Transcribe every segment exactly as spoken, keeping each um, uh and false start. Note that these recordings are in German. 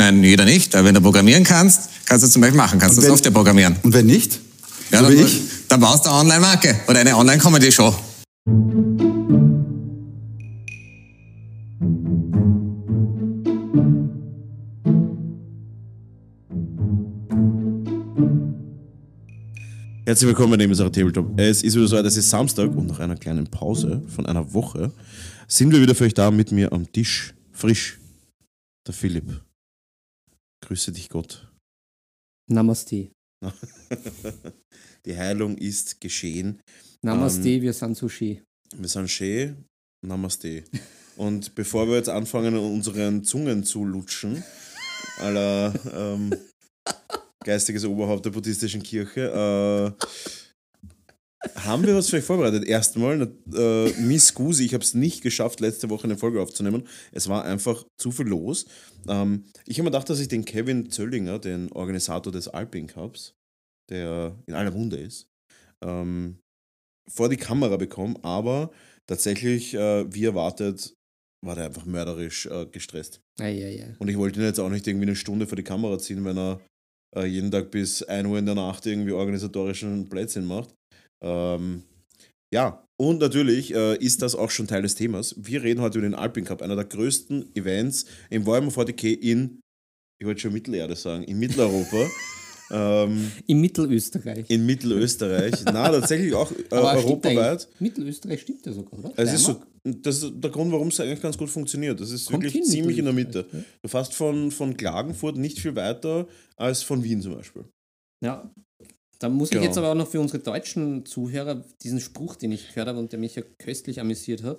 meine, jeder nicht. Aber wenn du programmieren kannst, kannst du zum Beispiel machen. Kannst du Software programmieren. Und wenn nicht? Ja, so dann, wie ich? Dann baust du eine Online-Marke oder eine Online-Comedy-Show. Herzlich willkommen bei Nebensache Tabletop. Es ist wieder so, es ist Samstag und nach einer kleinen Pause von einer Woche sind wir wieder für euch da mit mir am Tisch. Frisch. Der Philipp. Grüße dich Gott. Namaste. Die Heilung ist geschehen. Namaste, ähm, wir sind so schön. Wir sind schön. Namaste. Und bevor wir jetzt anfangen, unseren Zungen zu lutschen, à la ähm, geistiges Oberhaupt der buddhistischen Kirche, äh, haben wir was für euch vorbereitet. Erstmal, äh, Miss Gusi, ich habe es nicht geschafft, letzte Woche eine Folge aufzunehmen. Es war einfach zu viel los. Ähm, ich habe mir gedacht, dass ich den Kevin Zöllinger, den Organisator des Alpine Cups, der in aller Munde ist, ähm, vor die Kamera bekomme, aber tatsächlich, äh, wie erwartet, war der einfach mörderisch äh, gestresst. Ei, ei, ei. Und ich wollte ihn jetzt auch nicht irgendwie eine Stunde vor die Kamera ziehen, wenn er äh, jeden Tag bis ein Uhr in der Nacht irgendwie organisatorischen Blödsinn macht. Ähm, ja, und natürlich äh, ist das auch schon Teil des Themas. Wir reden heute über den Alpine Cup, einer der größten Events im Warhammer forty K in, ich wollte schon Mittelerde sagen, in Mitteleuropa. ähm, in Mittelösterreich. In Mittelösterreich. Na, tatsächlich auch äh, europaweit. Mittelösterreich stimmt ja sogar, oder? Es ist so, das ist der Grund, warum es eigentlich ganz gut funktioniert. Das ist Kommt wirklich hin, ziemlich in der Mitte. Ja. Du fährst von, von Klagenfurt nicht viel weiter als von Wien zum Beispiel. Ja, da muss Genau. ich jetzt aber auch noch für unsere deutschen Zuhörer diesen Spruch, den ich gehört habe und der mich ja köstlich amüsiert hat,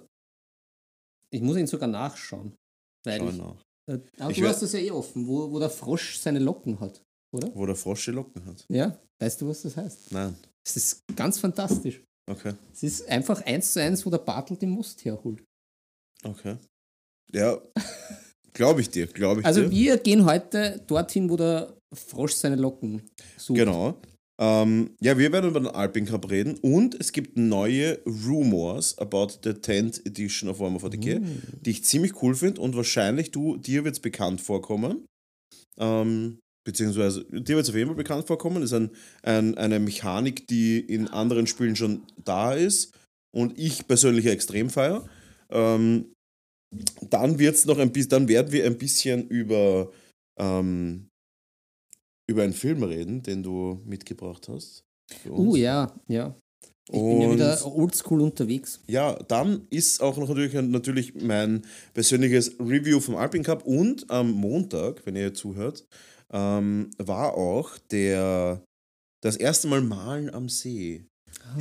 ich muss ihn sogar nachschauen. Weil Schau ich, nach. äh, aber Ich du wär- hast das ja eh offen, wo, wo der Frosch seine Locken hat, oder? Wo der Frosch die Locken hat. Ja, weißt du, was das heißt? Nein. Das ist ganz fantastisch. Okay. Es ist einfach eins zu eins, wo der Bartel den Most herholt. Okay. Ja, glaube ich dir, glaube ich Also dir. wir gehen heute dorthin, wo der Frosch seine Locken sucht. Genau. Ähm, ja, wir werden über den Alpine Cup reden und es gibt neue Rumors about the tenth Edition of Warhammer forty K, Mm. die ich ziemlich cool finde und wahrscheinlich du, dir wird es bekannt vorkommen. Ähm, beziehungsweise dir wird es auf jeden Fall bekannt vorkommen. Das ist ein, ein, eine Mechanik, die in anderen Spielen schon da ist und ich persönlich extrem feiere. Ähm, dann wird's noch ein bisschen, dann werden wir ein bisschen über ähm, über einen Film reden, den du mitgebracht hast. Für uns. Uh, ja, ja. Ich bin ja Und wieder oldschool unterwegs. ja, dann ist auch noch natürlich, natürlich mein persönliches Review vom Alpine Cup und am Montag, wenn ihr zuhört, ähm, war auch der das erste Mal Malen am See. Ah.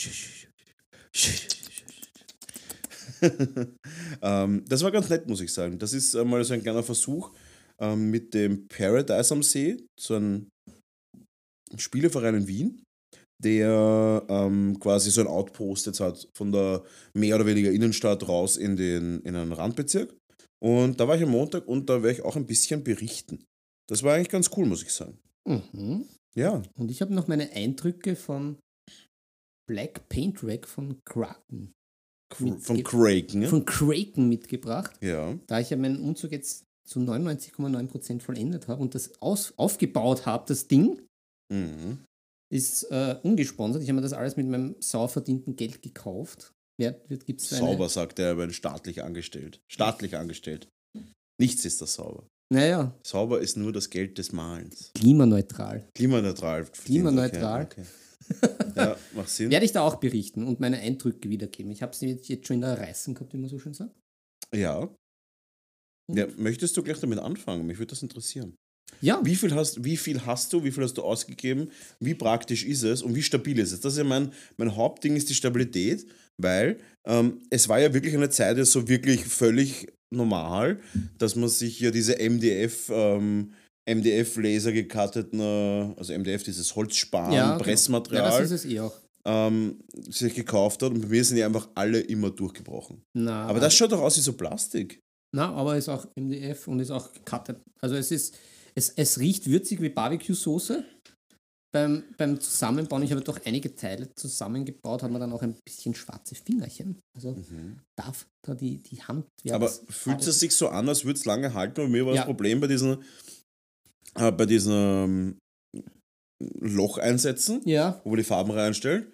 ähm, das war ganz nett, muss ich sagen. Das ist äh, mal so ein kleiner Versuch ähm, mit dem Paradise am See, so ein Spieleverein in Wien, der ähm, quasi so ein Outpost jetzt hat von der mehr oder weniger Innenstadt raus in, den, in einen Randbezirk. Und da war ich am Montag und da werde ich auch ein bisschen berichten. Das war eigentlich ganz cool, muss ich sagen. Mhm. Ja, Und ich habe noch meine Eindrücke von Black Paint Rack von Kraken. Kr- von Mitge- Kraken. Von Kraken mitgebracht, Ja. da ich ja meinen Umzug jetzt zu neunundneunzig Komma neun Prozent vollendet habe und das aus, aufgebaut habe, das Ding, Mhm. ist äh, ungesponsert. Ich habe mir das alles mit meinem sauer verdienten Geld gekauft. Wer wird, gibt's eine, Sauber, sagt er, aber staatlich angestellt. Staatlich angestellt. Nichts ist das sauber. Naja, Sauber ist nur das Geld des Malens. klimaneutral. Klimaneutral. Klimaneutral. Okay, okay. Ja, macht Sinn. Werde ich da auch berichten und meine Eindrücke wiedergeben. Ich habe sie jetzt, jetzt schon in der Reißen gehabt, wie man so schön sagt. Ja. Und- ja. Möchtest du gleich damit anfangen? Mich würde das interessieren. Ja, Wie viel, hast, wie viel hast du, wie viel hast du ausgegeben, wie praktisch ist es und wie stabil ist es? Das ist ja mein, mein Hauptding, ist die Stabilität, weil ähm, es war ja wirklich eine Zeit ja so wirklich völlig normal, dass man sich ja diese M D F, ähm, M D F-Laser gekatteten, äh, also M D F, dieses Holzspan, ja, genau. Pressmaterial, Ja, das ist es eh auch. ähm, sich gekauft hat und bei mir sind die einfach alle immer durchgebrochen. Na, Aber das schaut doch aus wie so Plastik. na, aber ist auch M D F und ist auch gecuttet. Also es ist, es, es riecht würzig wie Barbecue-Soße. beim, beim Zusammenbauen, ich habe doch einige Teile zusammengebaut, hat man dann auch ein bisschen schwarze Fingerchen. Also Mhm. darf da die, die Handwerks... Aber fühlt es sich so an, als würde es lange halten? Bei mir war Ja. das Problem bei diesen, äh, bei diesen ähm, Locheinsätzen, Ja, wo man die Farben reinstellt.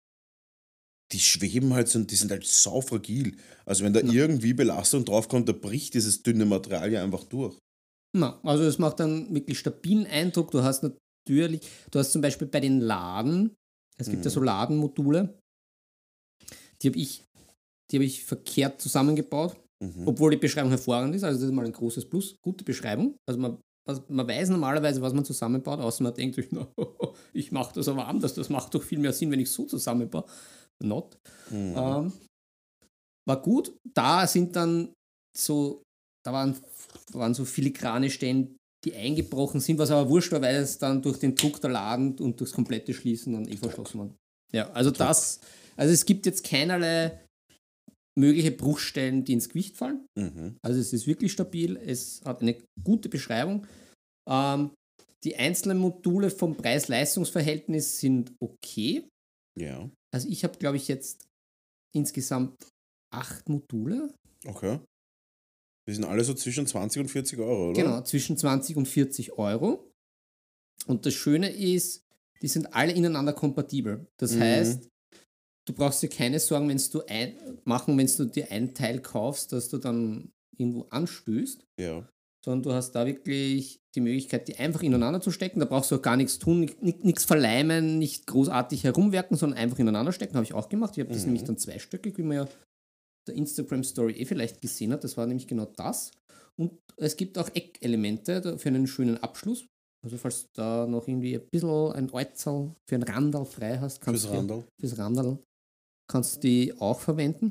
Die schweben halt so, die sind halt sau fragil. Also wenn da Ja. irgendwie Belastung draufkommt, da bricht dieses dünne Material ja einfach durch. na, also es macht einen wirklich stabilen Eindruck. Du hast natürlich, du hast zum Beispiel bei den Laden, es gibt ja so Mhm. Ladenmodule, die habe ich, die habe ich verkehrt zusammengebaut, Mhm. obwohl die Beschreibung hervorragend ist. Also das ist mal ein großes Plus, gute Beschreibung. Also man, also man weiß normalerweise, was man zusammenbaut, außer man denkt sich, na, ich mache das aber anders, das macht doch viel mehr Sinn, wenn ich so zusammenbaue. Not. Mhm. Ähm, war gut. Da sind dann so, da waren, waren so filigrane Stellen, die eingebrochen sind, was aber wurscht war, weil es dann durch den Druck der Laden und durchs komplette Schließen dann eh verschlossen waren. Ja, also das, also es gibt jetzt keinerlei mögliche Bruchstellen, die ins Gewicht fallen. Mhm. Also es ist wirklich stabil, es hat eine gute Beschreibung. Ähm, die einzelnen Module vom Preis-Leistungs-Verhältnis sind okay. Ja, Also ich habe, glaube ich, jetzt insgesamt acht Module. okay. Die sind alle so zwischen zwanzig und vierzig Euro, oder? Genau, zwischen zwanzig und vierzig Euro. Und das Schöne ist, die sind alle ineinander kompatibel. Das Mhm. heißt, du brauchst dir keine Sorgen, wenn du ein, machen, wenn du dir ein Teil kaufst, dass du dann irgendwo anstößt, Ja. sondern du hast da wirklich die Möglichkeit, die einfach ineinander zu stecken. Da brauchst du auch gar nichts tun, nichts verleimen, nicht großartig herumwerken, sondern einfach ineinander stecken. Habe ich auch gemacht. Ich habe das Mhm. nämlich dann zweistöckig, wie man ja der Instagram-Story eh vielleicht gesehen hat. Das war nämlich genau das. Und es gibt auch Eckelemente für einen schönen Abschluss. Also falls du da noch irgendwie ein bisschen ein Äuzel für ein Randal frei hast, kannst Fürs du Randal. fürs Randal kannst du die auch verwenden.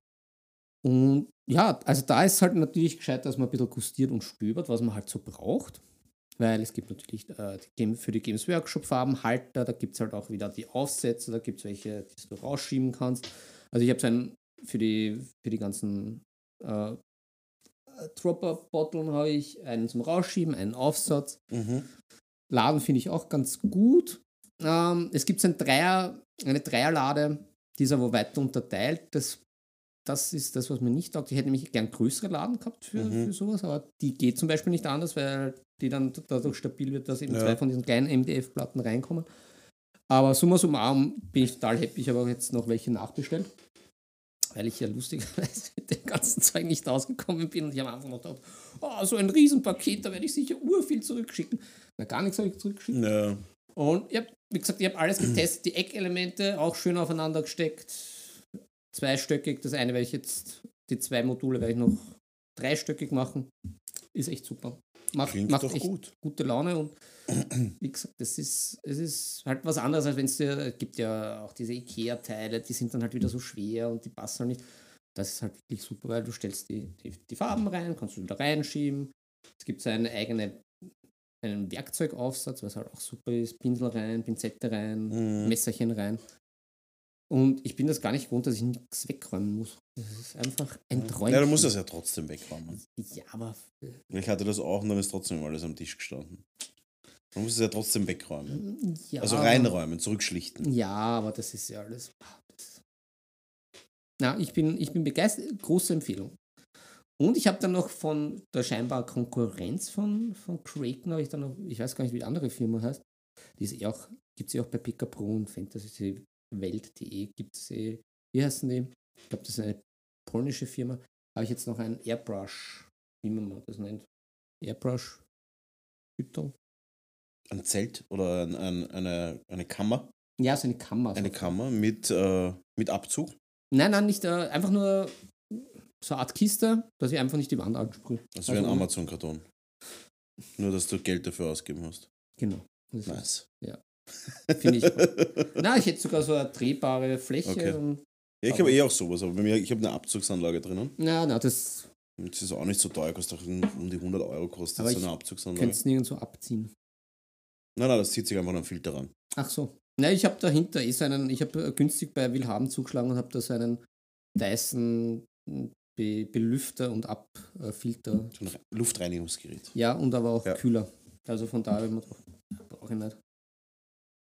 Und ja, also da ist halt natürlich gescheit, dass man ein bisschen gustiert und stöbert, was man halt so braucht. Weil es gibt natürlich äh, die Game, für die Games Workshop Farbenhalter, da gibt es halt auch wieder die Aufsätze, da gibt es welche, die du rausschieben kannst. Also ich habe so einen für die, für die ganzen äh, Dropper-Botteln habe ich einen zum Rausschieben, einen Aufsatz. Mhm. Laden finde ich auch ganz gut. Ähm, es gibt so ein Dreier, eine Dreierlade, die ist aber weiter unterteilt. Das, das ist das, was mir nicht taugt. Ich hätte nämlich gern größere Laden gehabt für, Mhm. für sowas, aber die geht zum Beispiel nicht anders, weil die dann dadurch stabil wird, dass eben Ja. zwei von diesen kleinen M D F-Platten reinkommen. Aber summa summarum bin ich total happy. Ich habe auch jetzt noch welche nachbestellt, weil ich ja lustigerweise mit dem ganzen Zeug nicht ausgekommen bin und ich habe einfach noch gedacht, oh, so ein Riesenpaket, da werde ich sicher urviel zurückschicken. Na, gar nichts habe ich zurückgeschickt. Ja. Und ich habe, wie gesagt, ich habe alles getestet, die Eckelemente auch schön aufeinander gesteckt, zweistöckig. Das eine werde ich jetzt, die zwei Module werde ich noch dreistöckig machen. Ist echt super. Macht, Klingt macht doch echt gut. gute Laune und wie gesagt, das ist, es ist halt was anderes, als wenn es dir, es gibt ja auch diese Ikea-Teile, die sind dann halt wieder so schwer und die passen halt nicht. Das ist halt wirklich super, weil du stellst die, die, die Farben rein, kannst du wieder reinschieben. Es gibt so eine eigene, einen Werkzeugaufsatz, was halt auch super ist, Pinsel rein, Pinzette rein, Mhm. Messerchen rein. Und ich bin das gar nicht gewohnt, dass ich nichts wegräumen muss. Das ist einfach ein Träumchen. Ja, du musst das ja trotzdem wegräumen. Ja, aber Ich hatte das auch und dann ist trotzdem alles am Tisch gestanden. Man muss es ja trotzdem wegräumen. ja, Also aber- reinräumen, zurückschlichten. Ja, aber das ist ja alles. Das Na, ich bin, ich bin begeistert. Große Empfehlung. Und ich habe dann noch von der scheinbar Konkurrenz von, von Kraken, habe ich dann noch, ich weiß gar nicht, wie die andere Firma heißt. Die ist eh auch, gibt es eh auch bei Picker Pro und Fantasy Welt punkt de gibt es eh. Wie heißen die? Ich glaube, das ist eine polnische Firma. Habe ich jetzt noch einen Airbrush, wie man das nennt. Airbrush Hüttel. Ein Zelt oder ein, ein, eine, eine Kammer. Ja, so eine Kammer. Eine so. Kammer mit, äh, mit Abzug. Nein, nein, nicht, äh, einfach nur so eine Art Kiste, dass ich einfach nicht die Wand ansprühe. Also wie ein Amazon-Karton. Nur, dass du Geld dafür ausgeben hast. Genau. Das Nice. finde ich. Na, ich hätte sogar so eine drehbare Fläche. Okay. Und, Ja, ich habe eh auch sowas, aber bei mir, ich habe eine Abzugsanlage drinnen. na, na, das Und das ist auch nicht so teuer, kostet auch um die hundert Euro kostet Aber so ich eine Abzugsanlage. könnte es nirgendwo abziehen. Nein, nein, das zieht sich einfach einen Filter ran. Ach so. Na, ich habe dahinter eh so einen, ich habe günstig bei Willhaben zugeschlagen und habe da so einen Dyson Be Belüfter und Abfilter. So ein Luftreinigungsgerät. Ja, und aber auch Ja. Kühler. Also von daher habe ich mir gedacht, brauche ich nicht.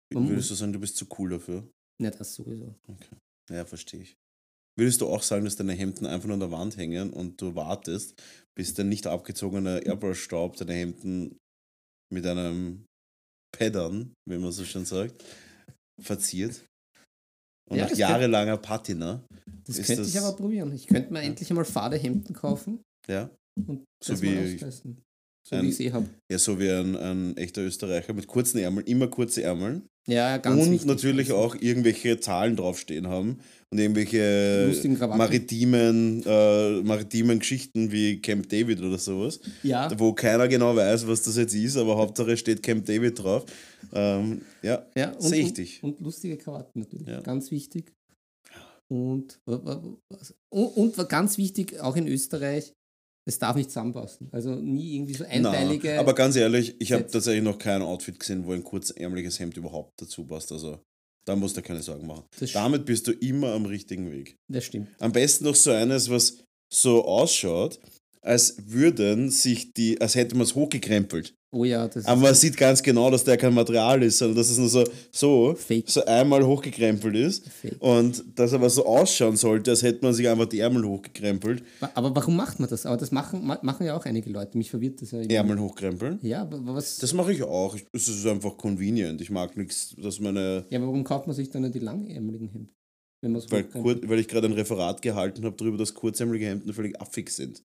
Man Würdest muss, du sagen, du bist zu cool dafür? ja, das sowieso. Ja, verstehe ich. Würdest du auch sagen, dass deine Hemden einfach nur an der Wand hängen und du wartest, bis der nicht abgezogene Airbrush-Staub deine Hemden mit einem Paddern, wie man so schön sagt, verziert? Und Ja, nach das jahrelanger Patina Das ist könnte das, ich aber probieren. Ich könnte mir Ja. endlich einmal Fadehemden kaufen ja, und So das mal wie- austesten. So ein- wie ich es eh habe. ja, so wie ein, ein echter Österreicher mit kurzen Ärmeln, immer kurze Ärmeln. Ja, ganz Und wichtig. natürlich ganz auch irgendwelche Zahlen draufstehen haben und irgendwelche Lustigen Krawatten. maritimen, äh, maritimen Geschichten wie Camp David oder sowas, Ja, wo keiner genau weiß, was das jetzt ist, aber Hauptsache steht Camp David drauf. Ähm, ja, ja und, sehe ich und, dich. und lustige Krawatten natürlich. Ja. Ganz wichtig. Und, wa- wa- was- und, und war ganz wichtig, auch in Österreich, es darf nicht zusammenpassen. Also nie irgendwie so einteilige. Na, aber ganz ehrlich, ich habe Sets. tatsächlich noch kein Outfit gesehen, wo ein kurzärmeliges Hemd überhaupt dazu passt. Also da musst du dir keine Sorgen machen. Das, Damit bist du immer am richtigen Weg. das stimmt. Am besten noch so eines, was so ausschaut, als würden sich die, als hätte man es hochgekrempelt. Oh ja, das Aber man sieht ganz genau, dass der kein Material ist, sondern dass es nur so, so, Fake. so einmal hochgekrempelt ist. Fake. Und das aber so ausschauen sollte, als hätte man sich einfach die Ärmel hochgekrempelt. Aber warum macht man das? Aber das machen, ma- machen ja auch einige Leute. Mich verwirrt das ja immer. Ärmel hochkrempeln. Ja, aber was. Das mache ich auch. Ich- Es ist einfach convenient. Ich mag nichts, dass meine. Ja, aber warum kauft man sich dann nicht die langärmeligen Hemden? Wenn man so Weil, hochkrempelt? kur, weil ich gerade ein Referat gehalten habe darüber, dass kurzärmelige Hemden völlig affig sind.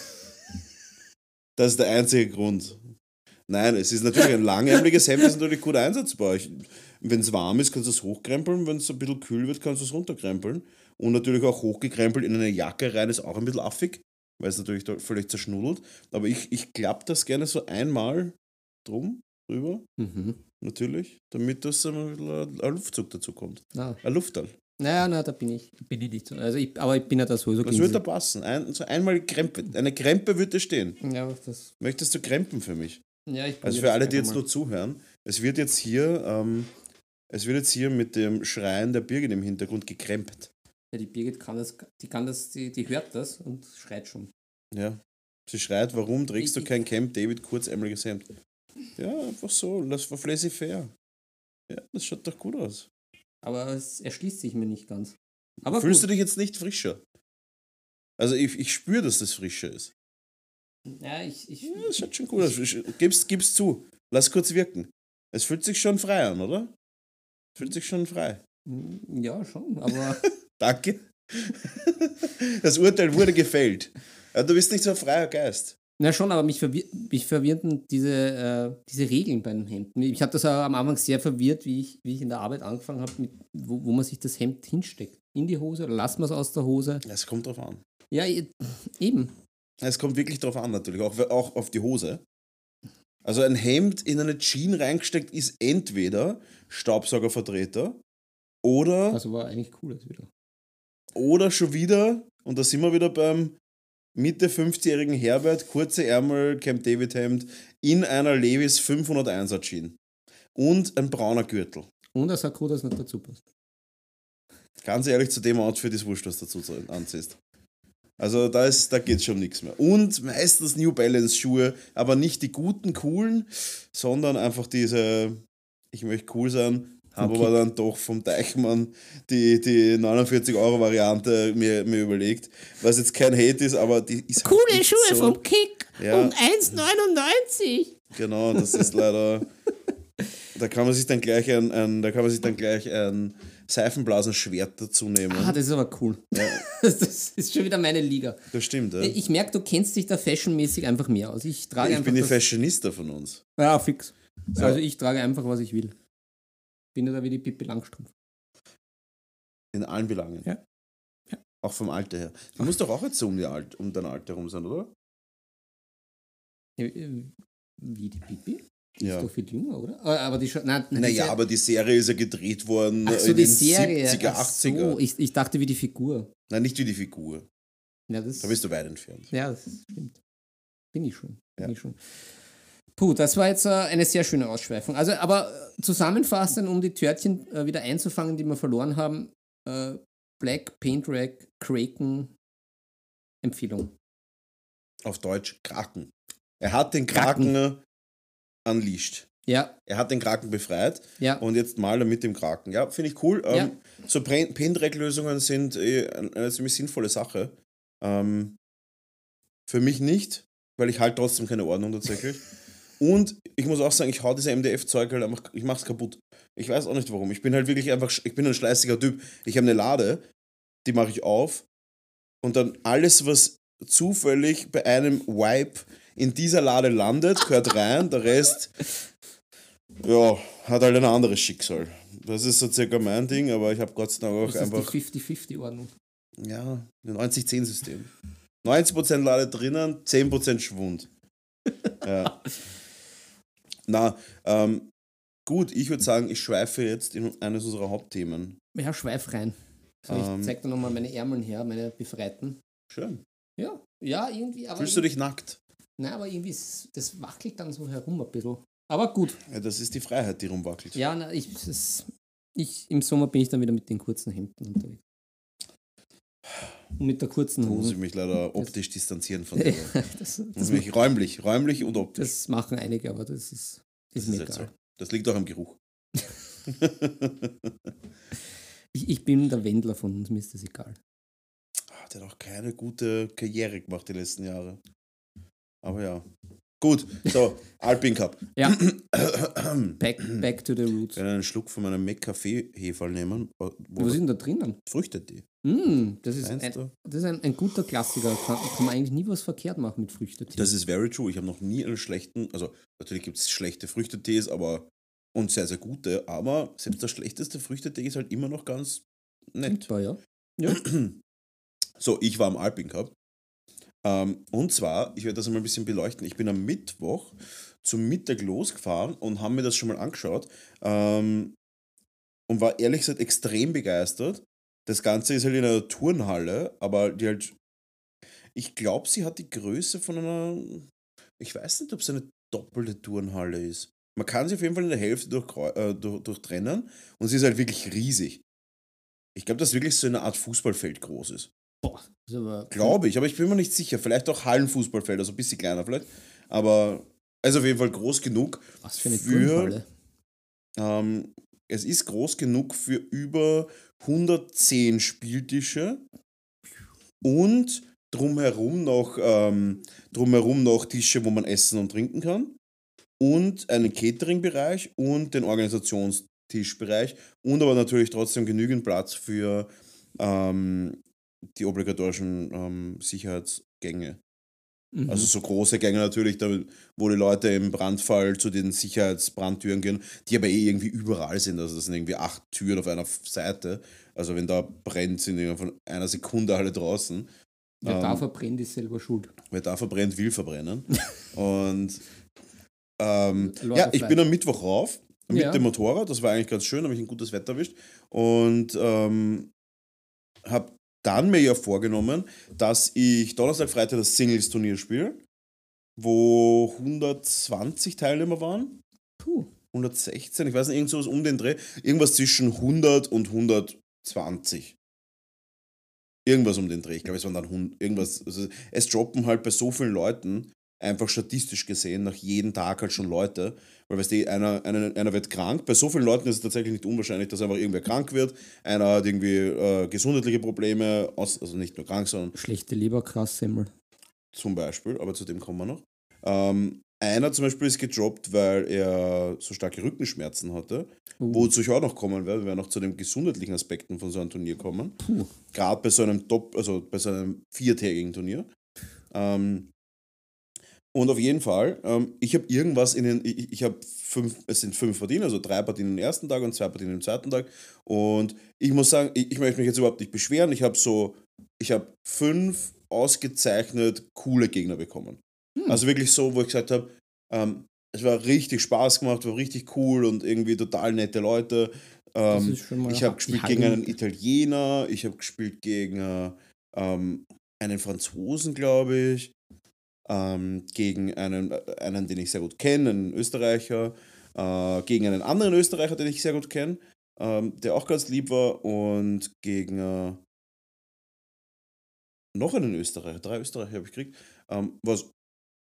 Das ist der einzige Grund. Nein, es ist natürlich ein langärmeliges Hemd, ist natürlich gut einsetzbar. Wenn es warm ist, kannst du es hochkrempeln. Wenn es ein bisschen kühl wird, kannst du es runterkrempeln. Und natürlich auch hochgekrempelt in eine Jacke rein ist auch ein bisschen affig, weil es natürlich da völlig zerschnuddelt. Aber ich, ich klappe das gerne so einmal drum, drüber, Mhm. natürlich, damit das ein, bisschen ein Luftzug dazu kommt. Na, Ein Lufterl. naja, na, da bin ich, bin ich nicht so. Also ich, aber ich bin ja da sowieso Das würde da passen. Ein, so einmal Krempe. Eine Krempe würde stehen. Ja, das, Möchtest du krempen für mich? ja, ich Also probier für das alle, die einfach jetzt mal. nur zuhören, es wird jetzt hier, ähm, es wird jetzt hier mit dem Schreien der Birgit im Hintergrund gekrempt. Ja, die Birgit kann das, die kann das, die, die hört das und schreit schon. Ja. Sie schreit, warum trägst du Ich- kein Camp David kurzärmeliges Hemd? Ja, einfach so, das war laissez-faire. Ja, das schaut doch gut aus. Aber es erschließt sich mir nicht ganz. Aber Fühlst gut. du dich jetzt nicht frischer? Also ich, ich spüre, dass das frischer ist. Ja, ich, ich, Ja, das schaut schon gut aus. Gib's, gib's zu. Lass kurz wirken. Es fühlt sich schon frei an, oder? Fühlt sich schon frei. ja, schon, aber Danke. Das Urteil wurde gefällt. Ja, du bist nicht so ein freier Geist. na schon, aber mich, verwir mich verwirrten diese, äh, diese Regeln bei den Hemden. Ich habe das auch am Anfang sehr verwirrt, wie ich, wie ich in der Arbeit angefangen habe, mit, wo, wo man sich das Hemd hinsteckt. In die Hose oder lassen wir es aus der Hose? Es kommt drauf an. Ja, e- eben. Es kommt wirklich drauf an, natürlich. Auch, auch auf die Hose. Also ein Hemd in eine Jeans reingesteckt ist entweder Staubsaugervertreter oder, Also war eigentlich cool jetzt wieder. oder schon wieder, und da sind wir wieder beim Mitte fünfzigjährigen Herbert, kurze Ärmel, Camp David Hemd, in einer Levi's fünfhunderteiner Jeans. Und ein brauner Gürtel. Und ein Sakko, das nicht dazu passt. Ganz ehrlich, zu dem Outfit ist wurscht, was du dazu anziehst. Also da, ist, da geht schon nichts mehr. Und meistens New Balance Schuhe, aber nicht die guten, coolen, sondern einfach diese, ich möchte cool sein, habe aber dann doch vom Deichmann die, die neunundvierzig Euro Variante mir, mir überlegt, was jetzt kein Hate ist, aber die ist halt Coole nicht Schuhe so, vom Kick Ja. um eins neunundneunzig. Genau, das ist leider, da kann man sich dann gleich ein, ein da kann man sich dann gleich ein Seifenblasenschwert dazu nehmen. Ah, das ist aber cool. Ja, Das ist schon wieder meine Liga. das stimmt, ja. Ich merke, du kennst dich da fashionmäßig einfach mehr aus. Ich trage Ich einfach bin die das, Fashionista von uns. Ja, fix. So. Also ich trage einfach, was ich will. Bin ja da wie die Pippi Langstrumpf. In allen Belangen. Ja. Ja. Auch vom Alter her. Du musst doch auch jetzt so um, die Alt, um dein Alter herum sein, oder? Äh, äh, Wie die Pippi? Die Ja. ist doch viel jünger, oder? Aber aber die schon. Nein, nein, Naja, die- aber die Serie ist ja gedreht worden Ach so, in die den Serie. siebziger, Ach achtziger. so, ich, ich dachte wie die Figur. Nein, nicht wie die Figur. Ja, das, Da bist du weit entfernt. ja, das stimmt. Bin ich schon. Bin Ja. ich schon. Puh, das war jetzt äh, eine sehr schöne Ausschweifung. Also, aber äh, zusammenfassend, um die Törtchen äh, wieder einzufangen, die wir verloren haben, äh, Black, Paint Rag, Kraken, Empfehlung. Auf Deutsch Kraken. Er hat den Kraken, Kraken. unleashed. Ja, Er hat den Kraken befreit ja. und jetzt malt er mit dem Kraken. Ja, finde ich cool. Ähm, Ja. So Paint-Lösungen sind eh eine ziemlich sinnvolle Sache. Ähm, für mich nicht, weil ich halt trotzdem keine Ordnung tatsächlich. Und ich muss auch sagen, ich hau diese M D F-Zeug halt einfach, ich mach's kaputt. Ich weiß auch nicht warum. Ich bin halt wirklich einfach, ich bin ein schleißiger Typ. Ich habe eine Lade, die mache ich auf und dann alles, was zufällig bei einem Wipe in dieser Lade landet, gehört rein. Der Rest, ja, hat halt ein anderes Schicksal. Das ist so circa mein Ding, aber ich habe Gott sei Dank auch Das ist die einfach, fünfzig fünfzig Ordnung. ja, ein neunzig zehn System. neunzig Prozent Lade drinnen, zehn Prozent Schwund. Ja. Na, ähm, gut, ich würde sagen, ich schweife jetzt in eines unserer Hauptthemen. Ja, schweif rein. So, ich Ähm. zeig dir nochmal meine Ärmeln her, meine befreiten. Schön. Ja, ja, irgendwie. Aber Fühlst du dich nackt? Nein, aber irgendwie, ist, das wackelt dann so herum ein bisschen. Aber gut. Ja, das ist die Freiheit, die rumwackelt. Ja, na, ich, das, ich, im Sommer bin ich dann wieder mit den kurzen Hemden unterwegs. Und mit der kurzen Da muss ich Hose. mich leider optisch distanzieren von dir. das, Muss das, mich räumlich, räumlich und optisch. das machen einige, aber das ist, Das ist ist mir halt egal. so. Das liegt auch am Geruch. Ich, ich bin der Wendler von uns, mir ist das egal. Ah, der hat auch keine gute Karriere gemacht die letzten Jahre. Aber ja. Gut, so, Alpin Cup. Ja, back, back to the Ich roots. werde einen Schluck von meinem Mac-Kaffee-Heferl nehmen. Wo Was ist denn da drinnen? Früchtetee. Mm, das ist, Meinst ein, du? das ist ein, ein guter Klassiker. Kann, kann man eigentlich nie was verkehrt machen mit Früchtetee. Das ist very true. Ich habe noch nie einen schlechten, also natürlich gibt es schlechte Früchtetees, aber und sehr, sehr gute, aber selbst der schlechteste Früchtetee ist halt immer noch ganz nett. Super, ja. Ja. So, ich war am Alpin Cup. Ähm, und zwar, ich werde das einmal ein bisschen beleuchten. Ich bin am Mittwoch zum Mittag losgefahren und habe mir das schon mal angeschaut ähm, und war ehrlich gesagt extrem begeistert. Das Ganze ist halt in einer Turnhalle, aber die halt, ich glaube, sie hat die Größe von einer, ich weiß nicht, ob es eine doppelte Turnhalle ist. Man kann sie auf jeden Fall in der Hälfte durchkreu- äh, durch, durchtrennen und sie ist halt wirklich riesig. Ich glaube, dass wirklich so eine Art Fußballfeld groß ist. Boah, das ist aber Glaube ich, aber ich bin mir nicht sicher. Vielleicht auch Hallenfußballfeld, also ein bisschen kleiner vielleicht. Aber also auf jeden Fall groß genug was für eine für, Turnhalle. ähm, es ist groß genug für über hundertzehn Spieltische und drumherum noch, ähm, drumherum noch Tische, wo man essen und trinken kann und einen Catering-Bereich und den Organisationstischbereich und aber natürlich trotzdem genügend Platz für ähm, die obligatorischen ähm, Sicherheitsgänge. Mhm. Also so große Gänge natürlich, damit, wo die Leute im Brandfall zu den Sicherheitsbrandtüren gehen, die aber eh irgendwie überall sind. Also das sind irgendwie acht Türen auf einer Seite. Also wenn da brennt, sind die von einer Sekunde alle draußen. Wer ähm, da verbrennt, ist selber schuld. Wer da verbrennt, will verbrennen. Und ähm, Lord ja, of ich Light. bin am Mittwoch rauf mit Ja. dem Motorrad. Das war eigentlich ganz schön, habe ich ein gutes Wetter erwischt. Und ähm, habe dann mir ja vorgenommen, dass ich Donnerstag, Freitag das Singles-Turnier spiele, wo hundertzwanzig Teilnehmer waren. Puh. hundertsechzehn, ich weiß nicht, irgend sowas um den Dreh. Irgendwas zwischen hundert und hundertzwanzig. Irgendwas um den Dreh. Ich glaube, es waren dann hundert, irgendwas. Also es droppen halt bei so vielen Leuten einfach statistisch gesehen nach jedem Tag halt schon Leute. Weil, weißt du, einer, einer, einer wird krank. Bei so vielen Leuten ist es tatsächlich nicht unwahrscheinlich, dass einfach irgendwer krank wird. Einer hat irgendwie äh, gesundheitliche Probleme, aus, also nicht nur krank, sondern Schlechte Leberkrassemmel. zum Beispiel, aber zu dem kommen wir noch. Ähm, einer zum Beispiel ist gedroppt, weil er so starke Rückenschmerzen hatte, Uh. wozu ich auch noch kommen werde, wir werden noch zu den gesundheitlichen Aspekten von so einem Turnier kommen. Puh. Gerade bei so einem Top, also bei so einem viertägigen Turnier. Ähm, und auf jeden Fall, ähm, ich habe irgendwas in den, ich, ich habe fünf, es sind fünf Partien, also drei Partien am ersten Tag und zwei Partien am zweiten Tag. Und ich muss sagen, ich, ich möchte mich jetzt überhaupt nicht beschweren. Ich habe so, ich habe fünf ausgezeichnet coole Gegner bekommen. Hm. Also wirklich so, wo ich gesagt habe, ähm, es war richtig Spaß gemacht, war richtig cool und irgendwie total nette Leute. Das Ähm, ist schon mal ich habe die gespielt halbe gegen einen Miete. Italiener, ich habe gespielt gegen äh, ähm, einen Franzosen, glaube ich, ähm, gegen einen, äh, einen, den ich sehr gut kenne, einen Österreicher, äh, gegen einen anderen Österreicher, den ich sehr gut kenne, ähm, der auch ganz lieb war und gegen äh, noch einen Österreicher, drei Österreicher habe ich gekriegt, ähm, was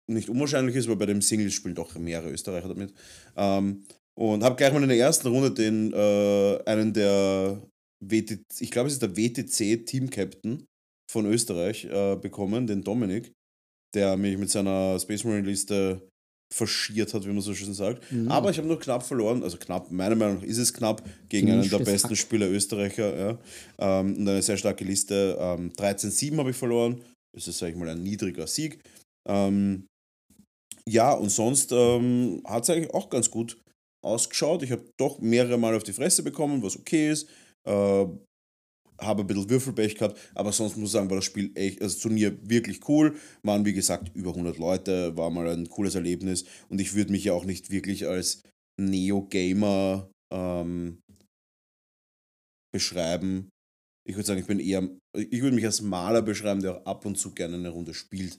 nicht unwahrscheinlich ist, weil bei dem Singles spielen doch mehrere Österreicher damit. Ähm, und habe gleich mal in der ersten Runde den, äh, einen der W T C, ich glaube es ist der W T C Team Captain von Österreich äh, bekommen, den Dominik, der mich mit seiner Space Marine Liste verschiert hat, wie man so schön sagt. Mhm. Aber ich habe nur knapp verloren, also knapp, meiner Meinung nach ist es knapp, gegen einen der Gemischtes besten Hack. Spieler Österreicher. Ja. Ähm, und eine sehr starke Liste. Ähm, dreizehn sieben habe ich verloren. Das ist, sage ich mal, ein niedriger Sieg. Ähm, ja, und sonst ähm, hat es eigentlich auch ganz gut ausgeschaut. Ich habe doch mehrere Mal auf die Fresse bekommen, was okay ist. Äh, habe ein bisschen Würfelpech gehabt, aber sonst muss ich sagen, war das Spiel echt, also das Turnier wirklich cool. Waren wie gesagt über hundert Leute, war mal ein cooles Erlebnis und ich würde mich ja auch nicht wirklich als Neo-Gamer ähm, beschreiben. Ich würde sagen, ich bin eher, ich würde mich als Maler beschreiben, der auch ab und zu gerne eine Runde spielt.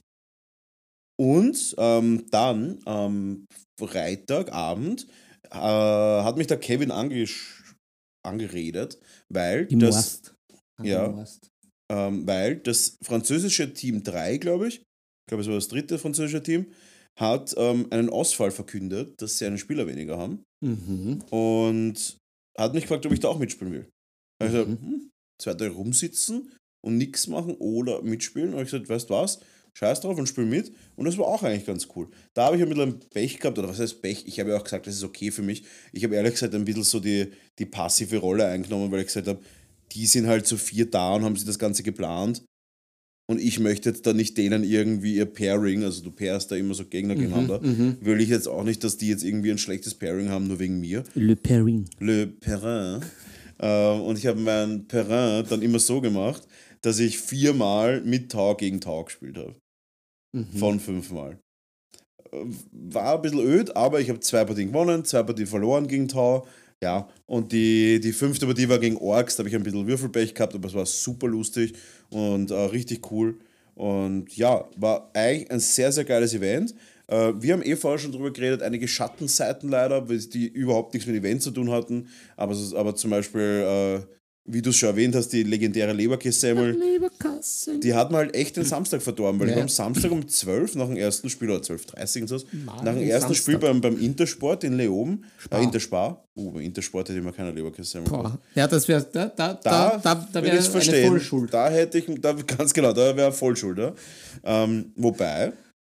Und ähm, dann am Freitagabend äh, hat mich der Kevin angesch angeredet, weil Die das, Morst. ja, Morst. ähm, weil das französische Team drei, glaube ich, ich glaube, es war das dritte französische Team, hat ähm, einen Ausfall verkündet, dass sie einen Spieler weniger haben Mhm. und hat mich gefragt, ob ich da auch mitspielen will. Also, Mhm. hm, zwei Tage rumsitzen und nichts machen oder mitspielen. Und ich gesagt, weißt du was, scheiß drauf und spiel mit. Und das war auch eigentlich ganz cool. Da habe ich ein bisschen Pech gehabt, oder was heißt Pech? Ich habe ja auch gesagt, das ist okay für mich. Ich habe ehrlich gesagt ein bisschen so die, die passive Rolle eingenommen, weil ich gesagt habe, die sind halt zu vier da und haben sich das Ganze geplant. Und ich möchte jetzt da nicht denen irgendwie ihr Pairing, also du pairst da immer so Gegner gegeneinander, mhm. will ich jetzt auch nicht, dass die jetzt irgendwie ein schlechtes Pairing haben, nur wegen mir. Le Perrin. Le Perrin. Äh, und ich habe mein Perrin dann immer so gemacht, dass ich viermal mit Tau gegen Tau gespielt habe. Mhm. Von fünfmal. Äh, War ein bisschen öd, aber ich habe zwei Partien gewonnen, zwei Partien verloren gegen Tau. Ja, und die, die fünfte Partie war gegen Orks, da habe ich ein bisschen Würfelpech gehabt, aber es war super lustig und äh, richtig cool. Und ja, war eigentlich ein sehr, sehr geiles Event. Äh, wir haben eh vorher schon drüber geredet, einige Schattenseiten leider, weil die überhaupt nichts mit Event zu tun hatten. Aber, es ist- aber zum Beispiel, äh, wie du es schon erwähnt hast, die legendäre Leberkässemmel, Leberkassen. die hat mir halt echt den Samstag verdorben, weil ich Ja. war am Samstag um zwölf nach dem ersten Spiel, oder zwölf Uhr dreißig und so, Mal nach dem den ersten Samstag. Spiel beim, beim Intersport in Leoben, Spar. äh, Interspar, uh, beim Intersport hätte ich mir keine Leberkässemmel gekauft. Boah. Ja, das wäre, da, da, da, Da, da, da würde wäre ich es eine verstehen. Vollschuld. Da hätte ich, da, ganz genau, da wäre Vollschuld. Ja? Ähm, wobei,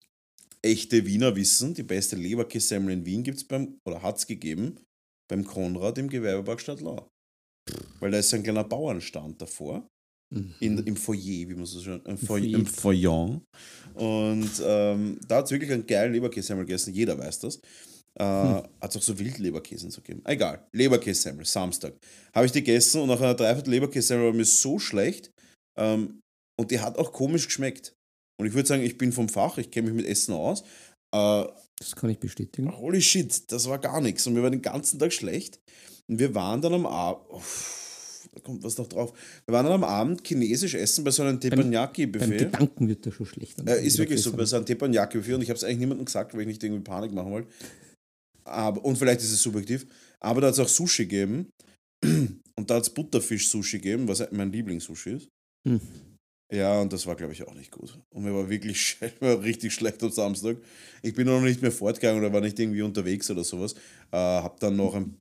echte Wiener wissen, die beste Leberkässemmel in Wien gibt es beim, oder hat es gegeben, beim Konrad im Gewerbepark Stadtlau. Weil da ist so ein kleiner Bauernstand davor. In, im Foyer, wie man so schön, im, Foy, Foyer. im Foyer. Und ähm, da hat es wirklich einen geilen Leberkässemmel gegessen, jeder weiß das. Äh, Hm. Hat es auch so Wildleberkäsen zu geben. Egal, Leberkässemmel, Samstag. Habe ich die gegessen und nach einer Dreiviertel Leberkässemmel war mir so schlecht. Ähm, und die hat auch komisch geschmeckt. Und ich würde sagen, ich bin vom Fach, ich kenne mich mit Essen aus. Äh, Das kann ich bestätigen. Holy shit, das war gar nichts. Und mir war den ganzen Tag schlecht. Und wir waren dann am Abend. Da kommt was noch drauf. Wir waren dann am Abend chinesisch essen bei so einem Beim Teppanyaki-Buffet. Gedanken wird das schon schlecht. Äh, ist wirklich so, bei so einem Teppanyaki-Buffet. Und ich habe es eigentlich niemandem gesagt, weil ich nicht irgendwie Panik machen wollte. Aber, und vielleicht ist es subjektiv. Aber da hat es auch Sushi gegeben. Und da hat es Butterfisch-Sushi gegeben, was mein Lieblingssushi ist. Hm. Ja, und das war, glaube ich, auch nicht gut. Und mir war wirklich sch- mir war richtig schlecht am Samstag. Ich bin noch nicht mehr fortgegangen oder war nicht irgendwie unterwegs oder sowas. Äh, hab dann noch ein,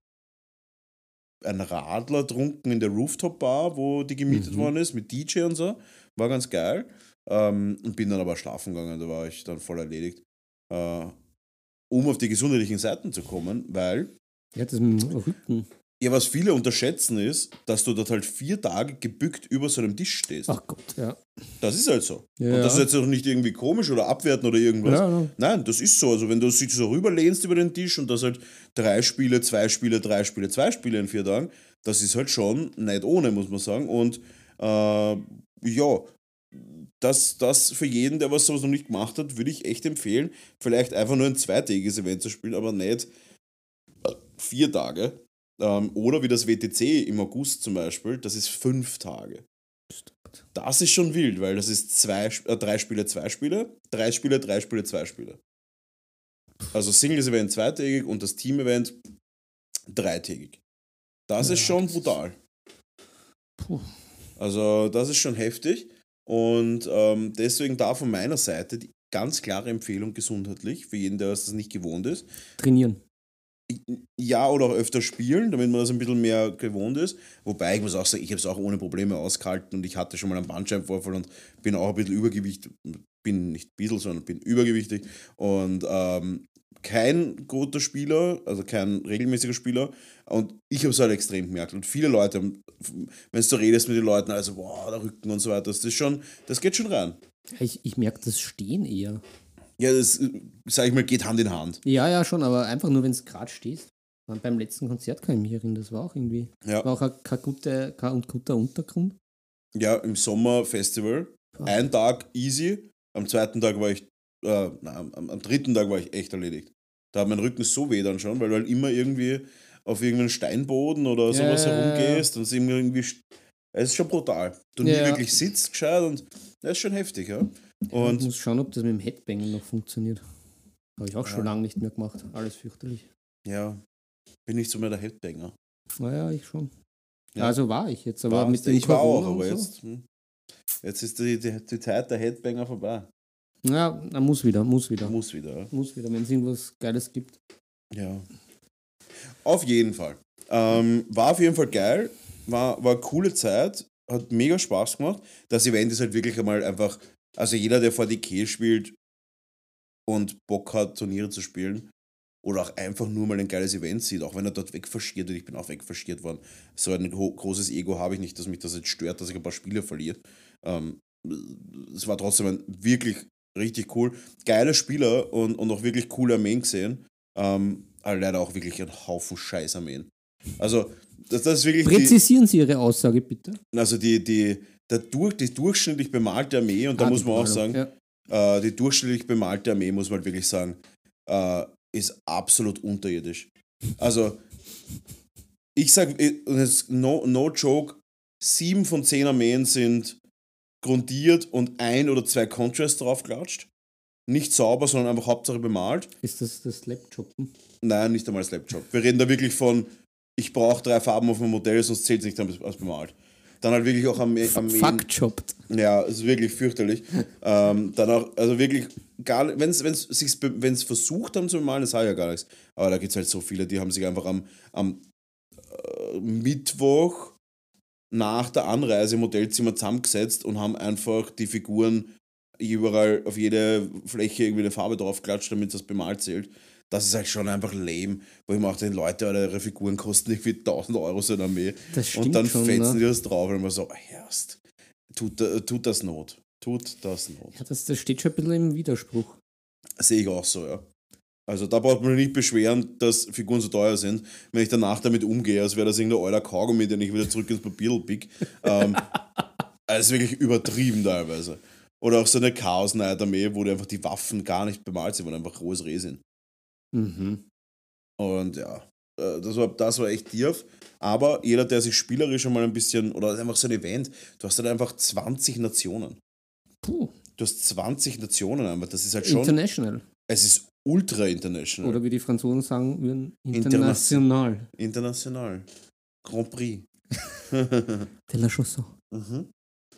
ein Radler trunken in der Rooftop-Bar, wo die gemietet Mhm. worden ist, mit D J und so. War ganz geil. Ähm, und bin dann aber schlafen gegangen, da war ich dann voll erledigt. Äh, um auf die gesundheitlichen Seiten zu kommen, weil Ja, das mit dem Rücken. ja, was viele unterschätzen ist, dass du dort halt vier Tage gebückt über so einem Tisch stehst. Ach Gott, ja. Das ist halt so. Ja, Und das ist ja. jetzt auch nicht irgendwie komisch oder abwerten oder irgendwas. Ja, ja. Nein, das ist so. Also wenn du dich so rüberlehnst über den Tisch und das halt drei Spiele, zwei Spiele, drei Spiele, zwei Spiele in vier Tagen, das ist halt schon nicht ohne, muss man sagen. Und äh, ja, das, das für jeden, der was sowas noch nicht gemacht hat, würde ich echt empfehlen, vielleicht einfach nur ein zweitägiges Event zu spielen, aber nicht vier Tage. Ähm, oder wie das W T C im August zum Beispiel, das ist fünf Tage. Das ist schon wild, weil das ist zwei, äh, drei Spiele, zwei Spiele, drei Spiele, drei Spiele, zwei Spiele. Also Singles-Event zweitägig und das Team-Event dreitägig. Das Ja, ist schon das ist- brutal. Puh. Also das ist schon heftig und ähm, deswegen da von meiner Seite die ganz klare Empfehlung gesundheitlich, für jeden, der das nicht gewohnt ist. Trainieren. Ja, oder auch öfter spielen, damit man das ein bisschen mehr gewohnt ist. Wobei ich muss auch sagen, ich habe es auch ohne Probleme ausgehalten und ich hatte schon mal einen Bandscheibenvorfall und bin auch ein bisschen übergewichtig, bin nicht ein bisschen, sondern bin übergewichtig und ähm, kein guter Spieler, also kein regelmäßiger Spieler und ich habe es halt extrem gemerkt und viele Leute, wenn du redest mit den Leuten, also boah, der Rücken und so weiter, das ist schon, das geht schon rein. Ich, ich merke das Stehen eher. Ja, das, sag ich mal, geht Hand in Hand. Ja, ja, schon, aber einfach nur, wenn du gerade stehst. Und beim letzten Konzert kann ich mich erinnern, das war auch irgendwie. Ja. War auch ein, kein, gute, kein guter Untergrund. Ja, im Sommerfestival. Ah. Ein Tag easy, am zweiten Tag war ich, äh, nein, am, am dritten Tag war ich echt erledigt. Da hat mein Rücken so weh dann schon, weil du halt immer irgendwie auf irgendeinen Steinboden oder sowas Ja, ja, ja. herumgehst und es irgendwie, es ist schon brutal. Du nie Ja. wirklich sitzt gescheit und das ist schon heftig, ja. Ich Und muss schauen, ob das mit dem Headbanging noch funktioniert. Habe ich auch schon Ja. lange nicht mehr gemacht. Alles fürchterlich. ja, bin nicht so mehr der Headbanger. Naja, ich schon. Ja. Also war ich jetzt, aber Warst mit du? dem Ich war auch, Corona und aber so. jetzt, hm, jetzt ist die, die, die Zeit der Headbanger vorbei. Ja, na, muss wieder, muss wieder. Muss wieder, ja. Muss wieder, wenn es irgendwas Geiles gibt. Ja. Auf jeden Fall. Ähm, war auf jeden Fall geil. War, war eine coole Zeit. Hat mega Spaß gemacht. Das Event ist halt wirklich einmal einfach, also jeder, der vor die K spielt und Bock hat, Turniere zu spielen oder auch einfach nur mal ein geiles Event sieht, auch wenn er dort wegfarschiert wird, ich bin auch wegfarschiert worden. So ein ho- großes Ego habe ich nicht, dass mich das jetzt stört, dass ich ein paar Spiele verliere. Ähm, es war trotzdem ein wirklich richtig cool. Geile Spieler und, und auch wirklich coole Armeen gesehen. Ähm, aber leider auch wirklich ein Haufen Scheiß-Armeen. Also, das, das ist wirklich die, Präzisieren Sie Ihre Aussage, bitte. also die, die, der durch, die durchschnittlich bemalte Armee, und da Ah, muss die man auch Bemalung, sagen, ja. äh, die durchschnittlich bemalte Armee, muss man halt wirklich sagen, äh, ist absolut unterirdisch. Also, ich sag, no, no joke, sieben von zehn Armeen sind grundiert und ein oder zwei Contrasts draufklatscht. Nicht sauber, sondern einfach Hauptsache bemalt. Ist das das Laptoppen? Nein, nicht einmal Slapjob. Wir reden da wirklich von, ich brauche drei Farben auf dem Modell, sonst zählt es nicht als bemalt. Dann halt wirklich auch am am Fuckjobbt. Ja, es ist wirklich fürchterlich. ähm, dann auch, also wirklich, gar wenn es versucht haben zu bemalen, das habe ich ja gar nichts. Aber da gibt es halt so viele, die haben sich einfach am, am äh, Mittwoch nach der Anreise im Hotelzimmer zusammengesetzt und haben einfach die Figuren überall auf jede Fläche irgendwie eine Farbe draufklatscht, damit das bemalt zählt. Das ist halt schon einfach lame, wo ich mir auch den Leute, oder ihre Figuren kosten irgendwie tausend Euro so eine Armee. Das stimmt Und dann schon, fetzen ne? die das drauf und man so, erst, tut, äh, tut das Not. Tut das Not. Ja, das, das steht schon ein bisschen im Widerspruch. Sehe ich auch so, ja. Also da braucht man nicht beschweren, dass Figuren so teuer sind, wenn ich danach damit umgehe, als wäre das irgendein alter Kaugummi, den ich wieder zurück ins Papier pick. ähm, also wirklich übertrieben teilweise. Oder auch so eine Chaos Knight Armee, wo die einfach die Waffen gar nicht bemalt sind, wo einfach rohes Reh sind. Mhm. Und ja, äh, das war, das war echt tief. Aber jeder, der sich spielerisch einmal ein bisschen, oder einfach so ein Event, du hast halt einfach zwanzig Nationen. Puh. Du hast zwanzig Nationen einfach. Das ist halt schon. International. Es ist ultra international. Oder wie die Franzosen sagen würden, Interna- international. International. Grand Prix. De la Chanson. Mhm.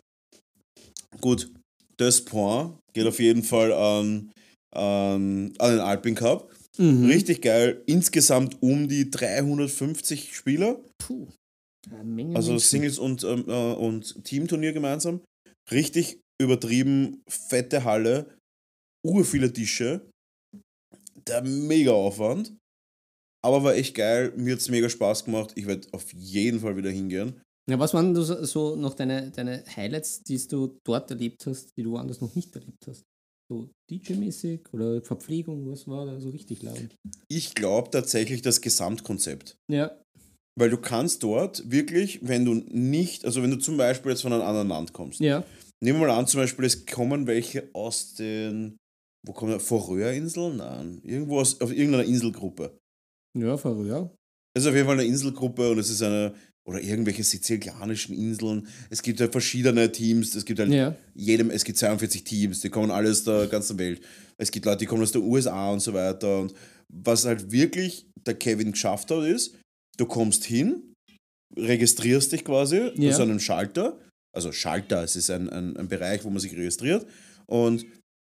Gut, das Point geht auf jeden Fall an, an, an den Alpin Cup. Mhm. Richtig geil. Insgesamt um die dreihundertfünfzig Spieler. Puh. Eine Menge Also Menschen. Singles und, ähm, äh, und Teamturnier gemeinsam. Richtig übertrieben, fette Halle, urviele Tische. Der mega Aufwand. Aber war echt geil. Mir hat es mega Spaß gemacht. Ich werde auf jeden Fall wieder hingehen. Ja, was waren so, so noch deine, deine Highlights, die du dort erlebt hast, die du woanders noch nicht erlebt hast? So D J-mäßig oder Verpflegung, was war da so richtig laut? Ich glaube tatsächlich das Gesamtkonzept. Ja. Weil du kannst dort wirklich, wenn du nicht, also wenn du zum Beispiel jetzt von einem anderen Land kommst. Ja. Nehmen wir mal an, zum Beispiel, es kommen welche aus den, wo kommen wir, Färöerinseln? Nein, irgendwo aus, auf irgendeiner Inselgruppe. Ja, Färöer. Es ist auf jeden Fall eine Inselgruppe und es ist eine, oder irgendwelche sizilianischen Inseln. Es gibt halt verschiedene Teams, es gibt halt Ja. jedem, es gibt zweiundvierzig Teams, die kommen alle aus der ganzen Welt. Es gibt Leute, die kommen aus der U S A und so weiter. Und was halt wirklich der Kevin geschafft hat, ist, du kommst hin, registrierst dich quasi Ja. zu einem Schalter. Also Schalter, es ist ein, ein, ein Bereich, wo man sich registriert. Und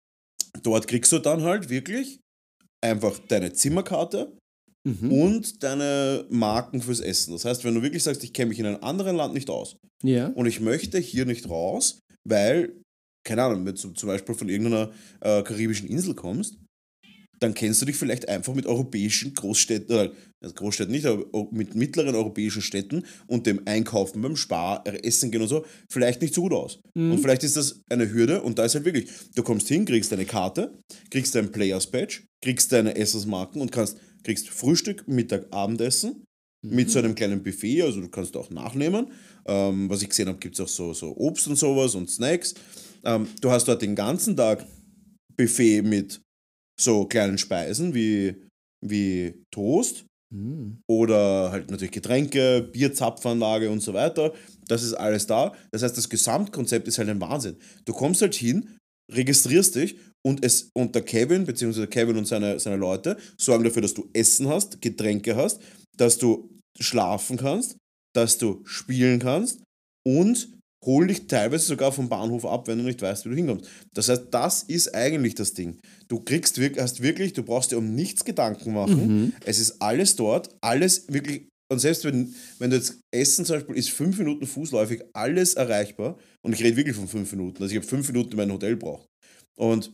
dort kriegst du dann halt wirklich einfach deine Zimmerkarte Mhm. und deine Marken fürs Essen. Das heißt, wenn du wirklich sagst, ich kenne mich in einem anderen Land nicht aus Ja. und ich möchte hier nicht raus, weil, keine Ahnung, wenn du zum Beispiel von irgendeiner äh, karibischen Insel kommst, dann kennst du dich vielleicht einfach mit europäischen Großstädten, oder also Großstädten nicht, aber mit mittleren europäischen Städten und dem Einkaufen beim Spar, Essen gehen und so, vielleicht nicht so gut aus. Mhm. Und vielleicht ist das eine Hürde und da ist halt wirklich, du kommst hin, kriegst deine Karte, kriegst dein Players Badge, kriegst deine Essensmarken und kannst, kriegst Frühstück, Mittag, Abendessen mit so einem kleinen Buffet, also du kannst auch nachnehmen. Ähm, was ich gesehen habe, gibt es auch so, so Obst und sowas und Snacks. Ähm, du hast dort den ganzen Tag Buffet mit so kleinen Speisen wie, wie Toast Mhm. oder halt natürlich Getränke, Bierzapfanlage und so weiter. Das ist alles da. Das heißt, das Gesamtkonzept ist halt ein Wahnsinn. Du kommst halt hin, registrierst dich und, es, und der Kevin, beziehungsweise Kevin und seine, seine Leute sorgen dafür, dass du Essen hast, Getränke hast, dass du schlafen kannst, dass du spielen kannst und hol dich teilweise sogar vom Bahnhof ab, wenn du nicht weißt, wie du hinkommst. Das heißt, das ist eigentlich das Ding. Du kriegst wirk- hast wirklich, du brauchst dir um nichts Gedanken machen. Mhm. Es ist alles dort, alles wirklich. Und selbst wenn, wenn du jetzt Essen zum Beispiel ist fünf Minuten fußläufig, alles erreichbar. Und ich rede wirklich von fünf Minuten. Also ich habe fünf Minuten in mein Hotel braucht. Und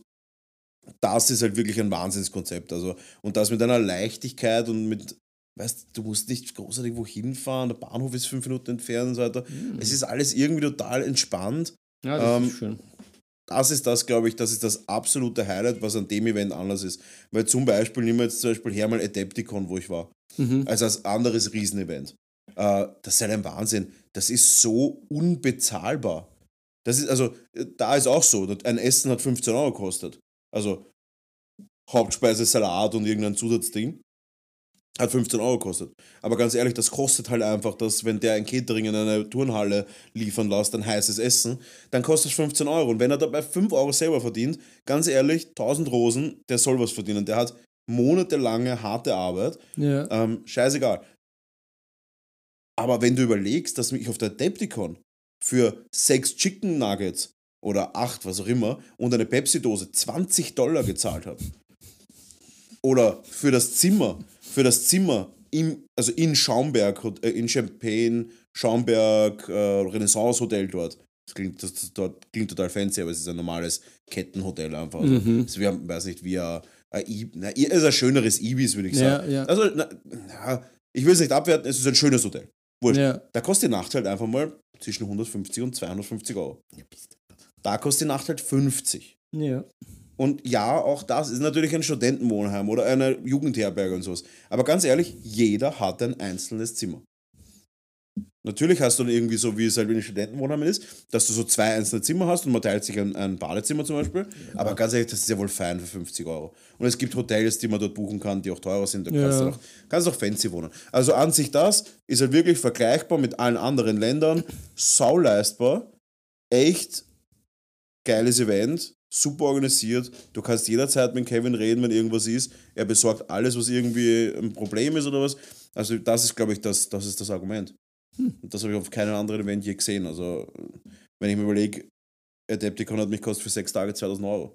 das ist halt wirklich ein Wahnsinnskonzept. Also, und das mit einer Leichtigkeit und mit, weißt du, musst nicht großartig wohin fahren, der Bahnhof ist fünf Minuten entfernt und so weiter. Es ist alles irgendwie total entspannt. Ja, das Ähm, ist schön. Das ist das, glaube ich, das ist das absolute Highlight, was an dem Event anders ist. Weil zum Beispiel, nehmen wir jetzt zum Beispiel her mal Adepticon, wo ich war. Mhm. Also als anderes Riesenevent. Äh, das ist halt ein Wahnsinn. Das ist so unbezahlbar. Das ist, also, äh, da ist auch so, ein Essen hat fünfzehn Euro gekostet. Also Hauptspeise, Salat und irgendein Zusatzding. Hat fünfzehn Euro gekostet. Aber ganz ehrlich, das kostet halt einfach, dass, wenn der ein Catering in eine Turnhalle liefern lässt, ein heißes Essen, dann kostet es fünfzehn Euro. Und wenn er dabei fünf Euro selber verdient, ganz ehrlich, tausend Rosen, der soll was verdienen. Der hat monatelange harte Arbeit. Ja. Ähm, scheißegal. Aber wenn du überlegst, dass ich auf der Adepticon für sechs Chicken Nuggets oder acht, was auch immer, und eine Pepsi-Dose zwanzig Dollar gezahlt habe, oder für das Zimmer, für das Zimmer im, also in Schaumberg, äh, in Champagne, Schaumberg, äh, Renaissance Hotel dort. Das klingt, das, das dort klingt total fancy, aber es ist ein normales Kettenhotel einfach. Also, Mhm. also wir haben, weiß nicht, wie ein, ein, I- na, es ist ein schöneres Ibis, würde ich Ja, sagen. ja. Also, na, na, ich will es nicht abwerten, es ist ein schönes Hotel. Wurscht. Ja. Da kostet die Nacht halt einfach mal zwischen hundertfünfzig und zweihundertfünfzig Euro. Da kostet die Nacht halt fünfzig. Ja. Und ja, auch das ist natürlich ein Studentenwohnheim oder eine Jugendherberge und sowas. Aber ganz ehrlich, jeder hat ein einzelnes Zimmer. Natürlich hast du dann irgendwie so, wie es halt in den Studentenwohnheimen ist, dass du so zwei einzelne Zimmer hast und man teilt sich ein, ein Badezimmer zum Beispiel. Aber ganz ehrlich, das ist ja wohl fein für fünfzig Euro. Und es gibt Hotels, die man dort buchen kann, die auch teurer sind. Da kannst Ja. du auch, kannst auch fancy wohnen. Also an sich das ist halt wirklich vergleichbar mit allen anderen Ländern. Sauleistbar. Echt geiles Event. Super organisiert. Du kannst jederzeit mit Kevin reden, wenn irgendwas ist. Er besorgt alles, was irgendwie ein Problem ist oder was. Also das ist, glaube ich, das, das ist das Argument. Und das habe ich auf keinem anderen Event je gesehen. Also wenn ich mir überlege, Adepticon hat mich gekostet für sechs Tage zweitausend Euro.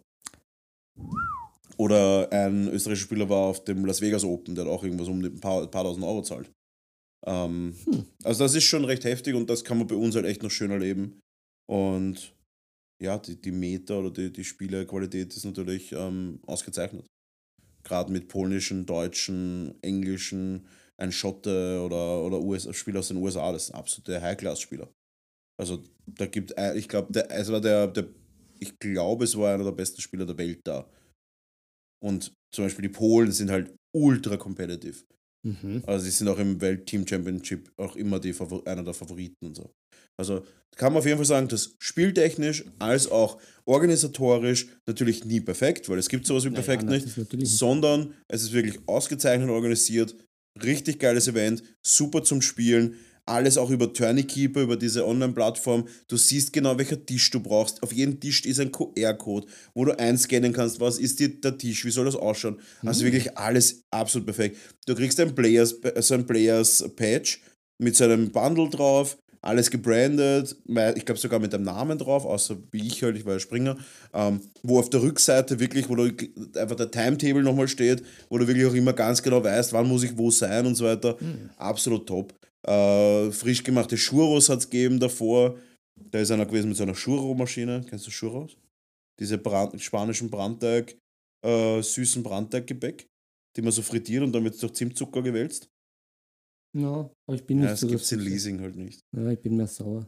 Oder ein österreichischer Spieler war auf dem Las Vegas Open, der hat auch irgendwas um ein paar, paar tausend Euro zahlt. Ähm, Also das ist schon recht heftig und das kann man bei uns halt echt noch schön erleben. Und ja, die, die Meta oder die, die Spielequalität ist natürlich ähm, ausgezeichnet. Gerade mit polnischen, deutschen, englischen, ein Schotte oder, oder U S A-Spieler aus den U S A, das sind absolute High-Class-Spieler. Also da gibt ein- ich glaube, der, es war der, der, ich glaube, es war einer der besten Spieler der Welt da. Und zum Beispiel die Polen sind halt ultra competitive. Mhm. Also die sind auch im Welt-Team Championship auch immer die Favor einer der Favoriten und so. Also kann man auf jeden Fall sagen, dass spieltechnisch als auch organisatorisch natürlich nie perfekt, weil es gibt sowas wie Naja, perfekt das nicht, ist natürlich nicht. sondern es ist wirklich ausgezeichnet organisiert, richtig geiles Event, super zum Spielen, alles auch über Tourneykeeper, über diese Online-Plattform. Du siehst genau, welcher Tisch du brauchst. Auf jedem Tisch ist ein Q R-Code, wo du einscannen kannst, was ist die, der Tisch, wie soll das ausschauen. Also wirklich alles absolut perfekt. Du kriegst ein Players, so ein Players-Patch mit so einem Bundle drauf, alles gebrandet, ich glaube sogar mit einem Namen drauf, außer wie ich halt, ich war ja Springer, ähm, wo auf der Rückseite wirklich, wo du einfach der Timetable nochmal steht, wo du wirklich auch immer ganz genau weißt, wann muss ich wo sein und so weiter. Mhm. Absolut top. Äh, frisch gemachte Churros hat es gegeben davor. Da ist einer gewesen mit so einer Churro-Maschine. Kennst du Churros? Diese Brand, spanischen Brandteig, äh, süßen Brandteiggebäck, die man so frittiert und dann wird es durch Zimtzucker gewälzt. Ja, aber ich bin nicht ja, so. Das gibt es in Leasing halt nicht. Ja, ich bin mehr sauer.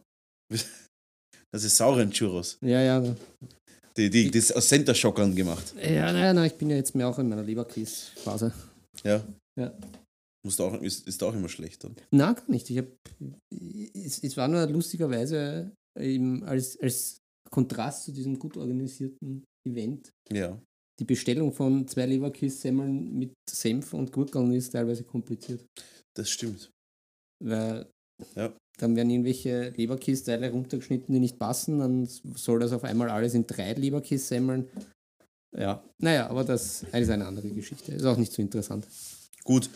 Das ist sauren Churros. Ja, ja. Die, die, die ist aus Center-Schockern gemacht. Ja, nein, nein, ich bin ja jetzt mehr auch in meiner Leberkäse-Phase. Ja? Ja. Musst auch, ist, ist auch immer schlecht dann? Nein, gar nicht. Ich hab, es, es war nur lustigerweise eben als, als Kontrast zu diesem gut organisierten Event. Ja. Die Bestellung von zwei Leberkäse-Semmeln mit Senf und Gurkeln ist teilweise kompliziert. Das stimmt. Weil ja. dann werden irgendwelche Leberkästeile runtergeschnitten, die nicht passen. Dann soll das auf einmal alles in drei Leberkäse-Semmeln. Ja, naja, aber das ist eine andere Geschichte. Ist auch nicht so interessant. Gut.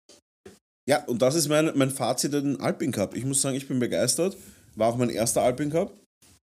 Ja, und das ist mein, mein Fazit an den Alpine Cup. Ich muss sagen, ich bin begeistert. War auch mein erster Alpine Cup.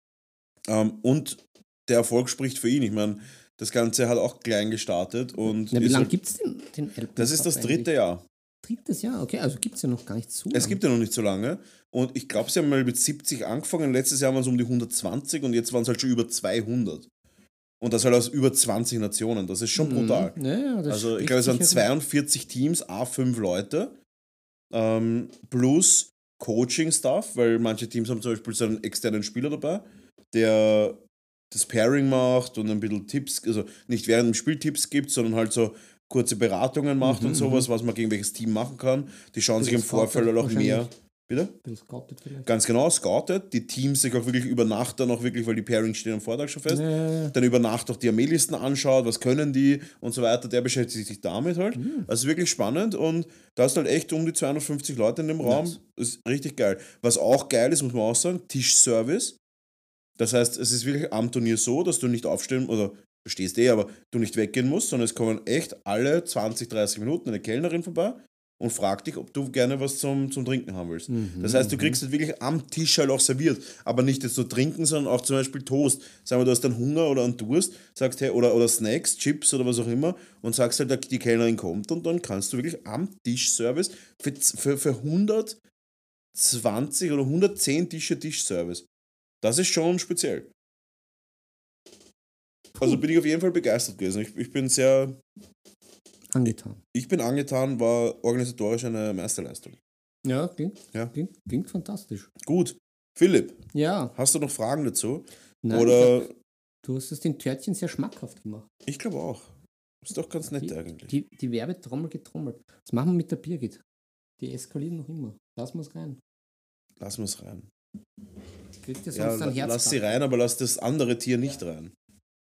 Ähm, und der Erfolg spricht für ihn. Ich meine, das Ganze hat auch klein gestartet. Und ja, wie lange gibt es den, den Alpine Das ist das dritte eigentlich? Jahr. Drittes Jahr, okay, also gibt es ja noch gar nicht so lange. Es gibt ja noch nicht so lange. Und ich glaube, sie haben mal mit siebzig angefangen. Letztes Jahr waren es um die hundertzwanzig und jetzt waren es halt schon über zweihundert. Und das halt aus über zwanzig Nationen. Das ist schon brutal. Ja, ja, das also ich glaube, es waren zweiundvierzig Teams, a fünf Leute. Ähm, plus Coaching-Stuff, weil manche Teams haben zum Beispiel so einen externen Spieler dabei, der das Pairing macht und ein bisschen Tipps, also nicht während dem Spiel Tipps gibt, sondern halt so kurze Beratungen macht mhm, und sowas, was man gegen welches Team machen kann. Die schauen sich im Vorfeld halt auch mehr. Bitte? Scouted vielleicht. Ganz genau, scoutet. Die Teams sich auch wirklich über Nacht dann auch wirklich, weil die Pairings stehen am Vortag schon fest, nee. dann über Nacht auch die Armeelisten anschaut, was können die und so weiter. Der beschäftigt sich damit halt. Mhm. Also wirklich spannend und da ist halt echt um die zweihundertfünfzig Leute in dem Raum. Nice. Das ist richtig geil. Was auch geil ist, muss man auch sagen, Tischservice. Das heißt, es ist wirklich am Turnier so, dass du nicht aufstehen oder du stehst eh, aber du nicht weggehen musst, sondern es kommen echt alle zwanzig, dreißig Minuten eine Kellnerin vorbei und fragt dich, ob du gerne was zum, zum Trinken haben willst. Mhm, das heißt, du kriegst halt wirklich am Tisch halt auch serviert, aber nicht jetzt nur trinken, sondern auch zum Beispiel Toast. Sagen wir, du hast einen Hunger oder einen Durst, sagst hey, oder, oder Snacks, Chips oder was auch immer und sagst halt, die Kellnerin kommt und dann kannst du wirklich am Tisch Service für, für, für hundertzwanzig oder hundertzehn Tische Tischservice. Das ist schon speziell. Also bin ich auf jeden Fall begeistert gewesen. Ich, ich bin sehr angetan. Ich bin angetan, war organisatorisch eine Meisterleistung. Ja, klingt, ja. klingt, klingt fantastisch. Gut. Philipp, ja. Hast du noch Fragen dazu? Nein, Oder glaub, du hast es den Törtchen sehr schmackhaft gemacht. Ich glaube auch. Ist doch ganz nett die, eigentlich. Die, die Werbetrommel getrommelt. Was machen wir mit der Birgit? Die eskalieren noch immer. Lass mal's rein. Lass mal's rein. Kriegt ihr sonst ja, ein Herz? Lass sie rein, aber lass das andere Tier nicht rein.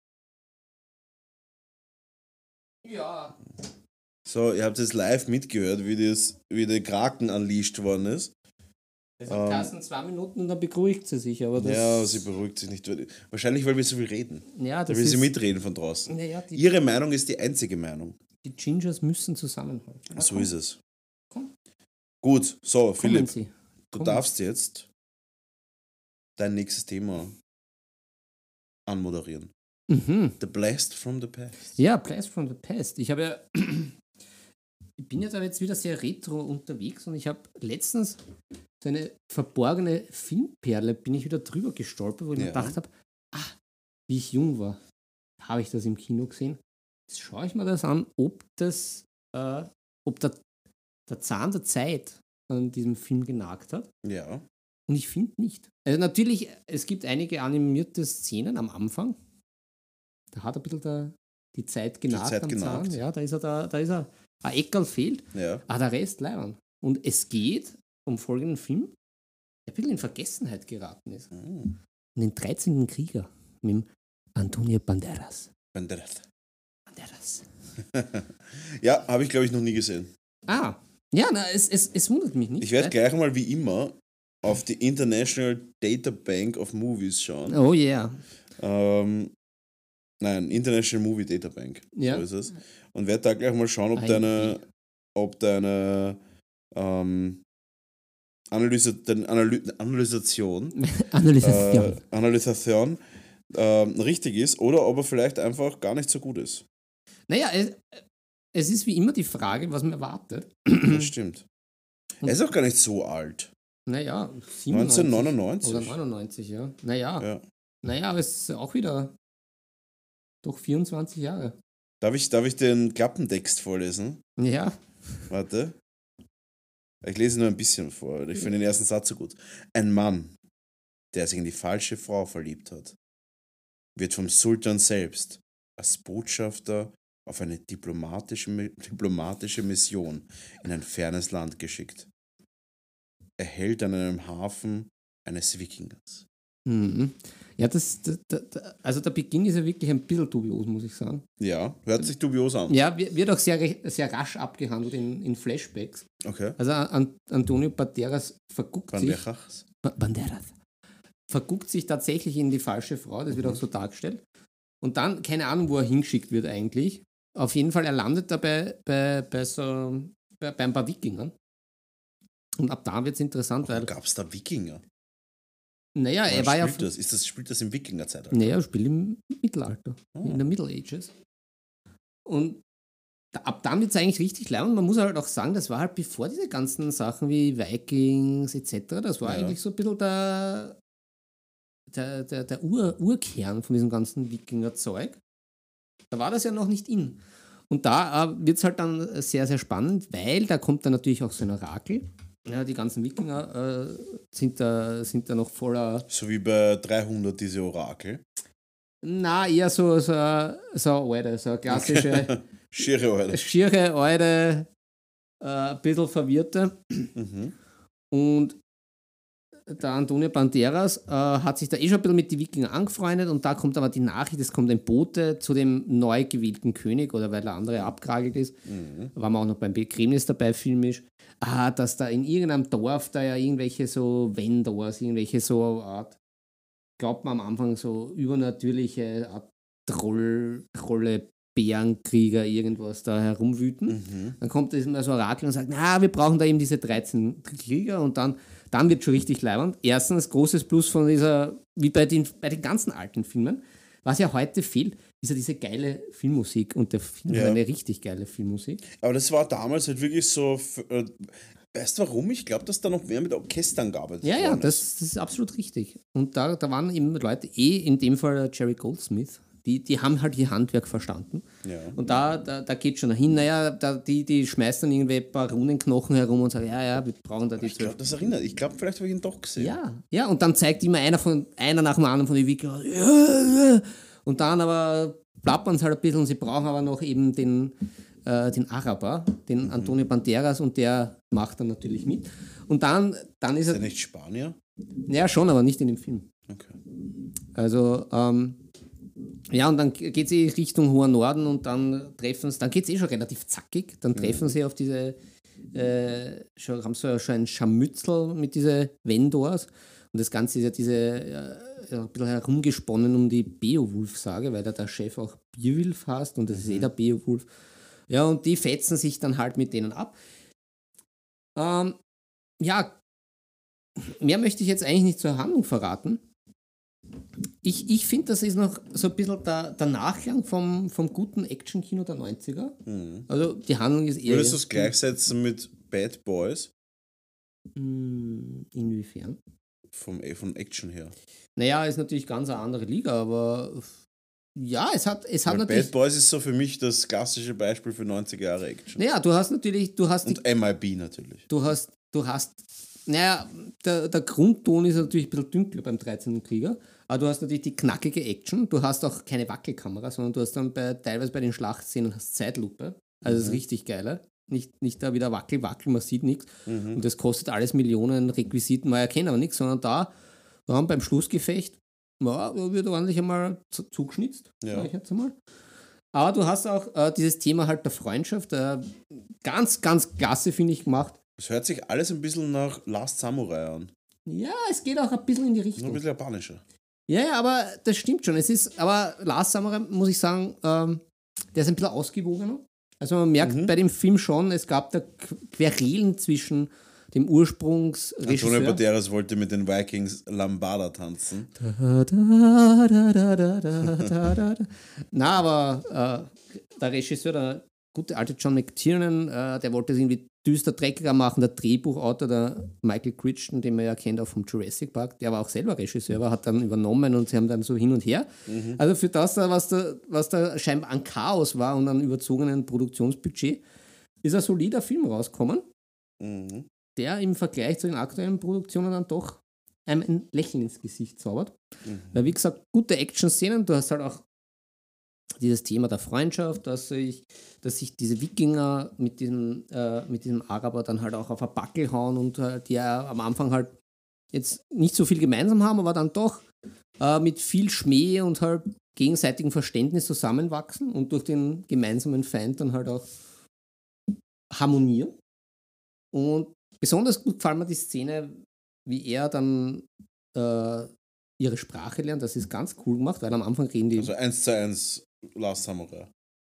Ja. So, ihr habt jetzt live mitgehört, wie, das, wie der Kraken unleashed worden ist. Das hat ähm, zwei Minuten und dann beruhigt sie sich. Aber das ja, sie beruhigt sich nicht. Wahrscheinlich, weil wir so viel reden. Ja, das weil wir ist, sie mitreden von draußen. Ja, die, Ihre Meinung ist die einzige Meinung. Die Gingers müssen zusammenhalten. Ja, so komm. ist es. Komm. Gut, so, Kommen Philipp, Sie. du Kommen. darfst jetzt dein nächstes Thema anmoderieren. Mhm. The Blast from the Past. Ja, Blast from the Past. Ich habe ja, ich bin jetzt aber jetzt wieder sehr retro unterwegs und ich habe letztens so eine verborgene Filmperle, bin ich wieder drüber gestolpert, wo ich ja. mir gedacht habe, ah, wie ich jung war, habe ich das im Kino gesehen. Jetzt schaue ich mir das an, ob das, äh, ob der, der Zahn der Zeit an diesem Film genagt hat. Ja. Und ich finde nicht. Also natürlich, es gibt einige animierte Szenen am Anfang. Da hat ein bisschen der, die Zeit genagt die Zeit am genagt. Zahn. Ja, da ist er, da, da ist er. Ein Eckerl fehlt, ja. aber der Rest leibern. Und es geht um folgenden Film, der ein bisschen in Vergessenheit geraten ist. Mhm. Und den dreizehnten Krieger mit dem Antonio Banderas. Banderas. Banderas. Ja, habe ich glaube ich noch nie gesehen. Ah, ja, na, es, es, es wundert mich nicht. Ich werde gleich mal wie immer auf die International Data Bank of Movies schauen. Oh yeah. Ähm, nein, International Movie Data Bank. Ja. So ist es. Und werde da gleich mal schauen, ob I deine, ob deine, ähm, Analyse, den Analy Analysation, Analysation. äh, Analysation äh, richtig ist oder ob er vielleicht einfach gar nicht so gut ist. Naja, es, es ist wie immer die Frage, was man erwartet. Das stimmt. Er ist auch gar nicht so alt. Naja, siebenundneunzig neunzehnhundertneunundneunzig. oder neunundneunzig, ja. Naja, Ja. naja, aber es ist auch wieder doch vierundzwanzig Jahre. Darf ich, darf ich den Klappentext vorlesen? Ja, Warte. Ich lese nur ein bisschen vor. Ich finde den ersten Satz so gut. Ein Mann, der sich in die falsche Frau verliebt hat, wird vom Sultan selbst als Botschafter auf eine diplomatische, diplomatische Mission in ein fernes Land geschickt. Er hält an einem Hafen eines Wikingers. mhm. Ja, das, das, das, also der Beginn ist ja wirklich ein bisschen dubios, muss ich sagen. Ja, hört sich dubios an. Ja, wird wird auch sehr, re- sehr rasch abgehandelt in, in Flashbacks. Okay. Also An Antonio Banderas verguckt sich, Banderas. Ba- Banderas verguckt sich tatsächlich in die falsche Frau, das wird auch so dargestellt. Und dann, keine Ahnung, wo er hingeschickt wird eigentlich. Auf jeden Fall, er landet dabei bei, bei, so, bei, bei ein paar Wikingern. Und ab da wird es interessant, weil, Gab es da Wikinger? naja, er Wann war ja. spielt das? Ist das, spielt das im Wikingerzeitalter? Naja, er spielt im Mittelalter, Ah. in der Middle Ages. Und da, ab dann wird es eigentlich richtig lernen. Man muss halt auch sagen, das war halt bevor diese ganzen Sachen wie Vikings et cetera. Das war Ja. eigentlich so ein bisschen der, der, der, der Ur, Urkern von diesem ganzen Wikinger-Zeug. Da war das ja noch nicht in. Und da äh, wird es halt dann sehr, sehr spannend, weil da kommt dann natürlich auch so ein Orakel. Ja, die ganzen Wikinger äh, sind, da, sind da noch voller. So wie bei dreihundert diese Orakel. Na, eher so, so, so eine alte, so eine klassische, Schiere, Alter. schiere, alte, äh, ein bisschen verwirrte. Mhm. Und der Antonio Banderas äh, hat sich da eh schon ein bisschen mit den Wikingern angefreundet und da kommt aber die Nachricht, es kommt ein Bote zu dem neu gewählten König oder weil der andere abgeragelt ist, Mhm. war man auch noch beim Begräbnis dabei filmisch, ah, dass da in irgendeinem Dorf da ja irgendwelche so Vendors, irgendwelche so Art, glaubt man am Anfang so übernatürliche Art Troll, Trolle, Bärenkrieger, irgendwas da herumwüten. Mhm. Dann kommt das mal so ein Orakel und sagt, na, wir brauchen da eben diese dreizehn Krieger und dann, dann wird schon richtig leibend. Erstens, großes Plus von dieser, wie bei den, bei den ganzen alten Filmen, was ja heute fehlt, ist ja diese geile Filmmusik und der Film Ja. hat eine richtig geile Filmmusik. Aber das war damals halt wirklich so. f- Äh, weißt du warum? Ich glaube, dass da noch mehr mit Orchestern gearbeitet Ja, ja, worden das, ist. das ist absolut richtig. Und da, da waren eben Leute, eh in dem Fall Jerry Goldsmith, die, die haben halt ihr Handwerk verstanden. Ja. Und da, da, da geht schon hin, naja, da, die, die schmeißen dann irgendwie ein paar Runenknochen herum und sagen, ja, ja, wir brauchen da die Ich glaube, das erinnert. Ich glaube, vielleicht habe ich ihn doch gesehen. Ja, ja, und dann zeigt immer einer von einer nach dem anderen von den Wikingern, ja, ja. Und dann aber plappern sie halt ein bisschen und sie brauchen aber noch eben den, äh, den Araber, den Mhm. Antonio Banderas und der macht dann natürlich mit. Und dann, dann ist Ist er er, nicht Spanier? ja schon, aber nicht in dem Film. Okay. Also, ähm, ja, und dann geht sie Richtung hoher Norden und dann treffen sie, dann geht es eh schon relativ zackig, dann treffen sie auf diese, äh, schon, haben sie ja schon ein Scharmützel mit diesen Vendors und das Ganze ist ja diese, äh, ja, ein bisschen herumgesponnen um die Beowulf-Sage, weil da der Chef auch Beowulf heißt und das ist eh der Beowulf. Ja, und die fetzen sich dann halt mit denen ab. Ähm, ja, mehr möchte ich jetzt eigentlich nicht zur Handlung verraten. Ich, ich finde, das ist noch so ein bisschen der, der Nachklang vom, vom guten Action-Kino der neunziger. Mhm. Also die Handlung ist eher... Würdest du es gleichsetzen mit Bad Boys? Mm, Inwiefern? Vom, eh, von Action her. Naja, ist natürlich ganz eine andere Liga, aber ja, es hat, es hat Weil natürlich... Bad Boys ist so für mich das klassische Beispiel für neunziger Jahre Action. Naja, du hast natürlich, du hast, die, Und M I B natürlich. du hast, du hast, naja, der, der Grundton ist natürlich ein bisschen dunkler beim dreizehnten Krieger, aber du hast natürlich die knackige Action, du hast auch keine Wackelkamera, sondern du hast dann bei, teilweise bei den Schlachtszenen hast Zeitlupe, also das ist richtig geil. Nicht, nicht da wieder wackel, wackel, man sieht nichts. Mhm. Und das kostet alles Millionen Requisiten, man erkennt aber nichts, sondern da, wir haben beim Schlussgefecht, ja, da wird ordentlich einmal zu- zugeschnitzt, Ja. sag ich jetzt einmal. Aber du hast auch äh, dieses Thema halt der Freundschaft, äh, ganz, ganz klasse, finde ich, gemacht. Es hört sich alles ein bisschen nach Last Samurai an. Ja, es geht auch ein bisschen in die Nur ein Richtung. bisschen japanischer. Ja, ja, aber das stimmt schon. Es ist, aber Last Samurai, muss ich sagen, ähm, der ist ein bisschen ausgewogener. Also man merkt Mhm. bei dem Film schon, es gab da Qu- Querelen zwischen dem Antonio Ursprungsregisseur. Banderas wollte mit den Vikings Lambada tanzen. Da, da, da, da, da, da, da, da. Na, aber äh, der Regisseur, der gute alte John McTiernan, äh, der wollte es irgendwie düster dreckiger machen. Der Drehbuchautor, der Michael Crichton, den man ja kennt auch vom Jurassic Park, der war auch selber Regisseur, aber hat dann übernommen und sie haben dann so hin und her. Mhm. Also für das, was da, was da scheinbar an Chaos war und an überzogenen Produktionsbudget, ist ein solider Film rausgekommen, Mhm. der im Vergleich zu den aktuellen Produktionen dann doch einem ein Lächeln ins Gesicht zaubert. Mhm. Weil, wie gesagt, gute Action-Szenen, du hast halt auch dieses Thema der Freundschaft, dass sich, dass sich diese Wikinger mit diesem, äh, mit diesem Araber dann halt auch auf eine Backel hauen und äh, die ja am Anfang halt jetzt nicht so viel gemeinsam haben, aber dann doch äh, mit viel Schmäh und halt gegenseitigem Verständnis zusammenwachsen und durch den gemeinsamen Feind dann halt auch harmonieren. Und besonders gut gefallen mir die Szene, wie er dann äh, ihre Sprache lernt. Das ist ganz cool gemacht, weil am Anfang reden die. Also eins zu eins Last Samurai.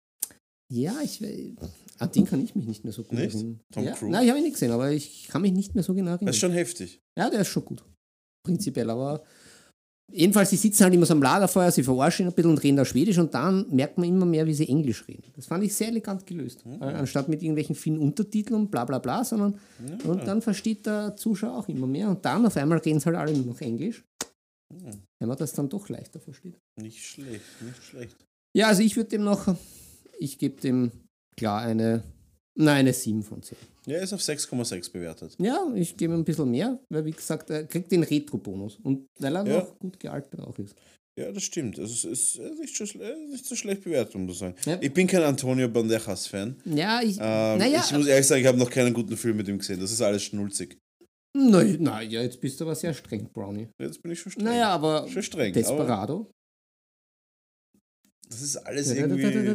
Ja, ich we- an den kann ich mich nicht mehr so gut Nicht? erinnern. Tom ja? Cruise? Nein, ich habe ihn nicht gesehen, aber ich kann mich nicht mehr so genau erinnern. Das ist schon heftig. Ja, der ist schon gut. Prinzipiell, aber jedenfalls, sie sitzen halt immer so am Lagerfeuer, sie verarschen ein bisschen und reden da Schwedisch und dann merkt man immer mehr, wie sie Englisch reden. Das fand ich sehr elegant gelöst. Mhm. Äh, Anstatt mit irgendwelchen vielen Untertiteln und bla bla bla, sondern Ja. und dann versteht der Zuschauer auch immer mehr und dann auf einmal reden sie halt alle nur noch Englisch, Mhm. wenn man das dann doch leichter versteht. Nicht schlecht, nicht schlecht. Ja, also ich würde dem noch, ich gebe dem klar eine, nein, eine sieben von zehn. Ja, er ist auf sechs Komma sechs bewertet. Ja, ich gebe ihm ein bisschen mehr, weil wie gesagt, er kriegt den Retro-Bonus und weil er Ja. noch gut gealtert auch ist. Ja, das stimmt. Also es ist äh, nicht so, schle- äh, nicht so schlecht bewertet, um zu sagen. Ja. Ich bin kein Antonio Banderas-Fan. Ja, ich, Ähm, naja, ich muss ehrlich sagen, ich habe noch keinen guten Film mit ihm gesehen. Das ist alles schnulzig. Nein, na, ja, jetzt bist du aber sehr streng, Brownie. Jetzt bin ich schon streng. Naja, aber Schon streng. Aber Desperado. das ist alles irgendwie. Ja,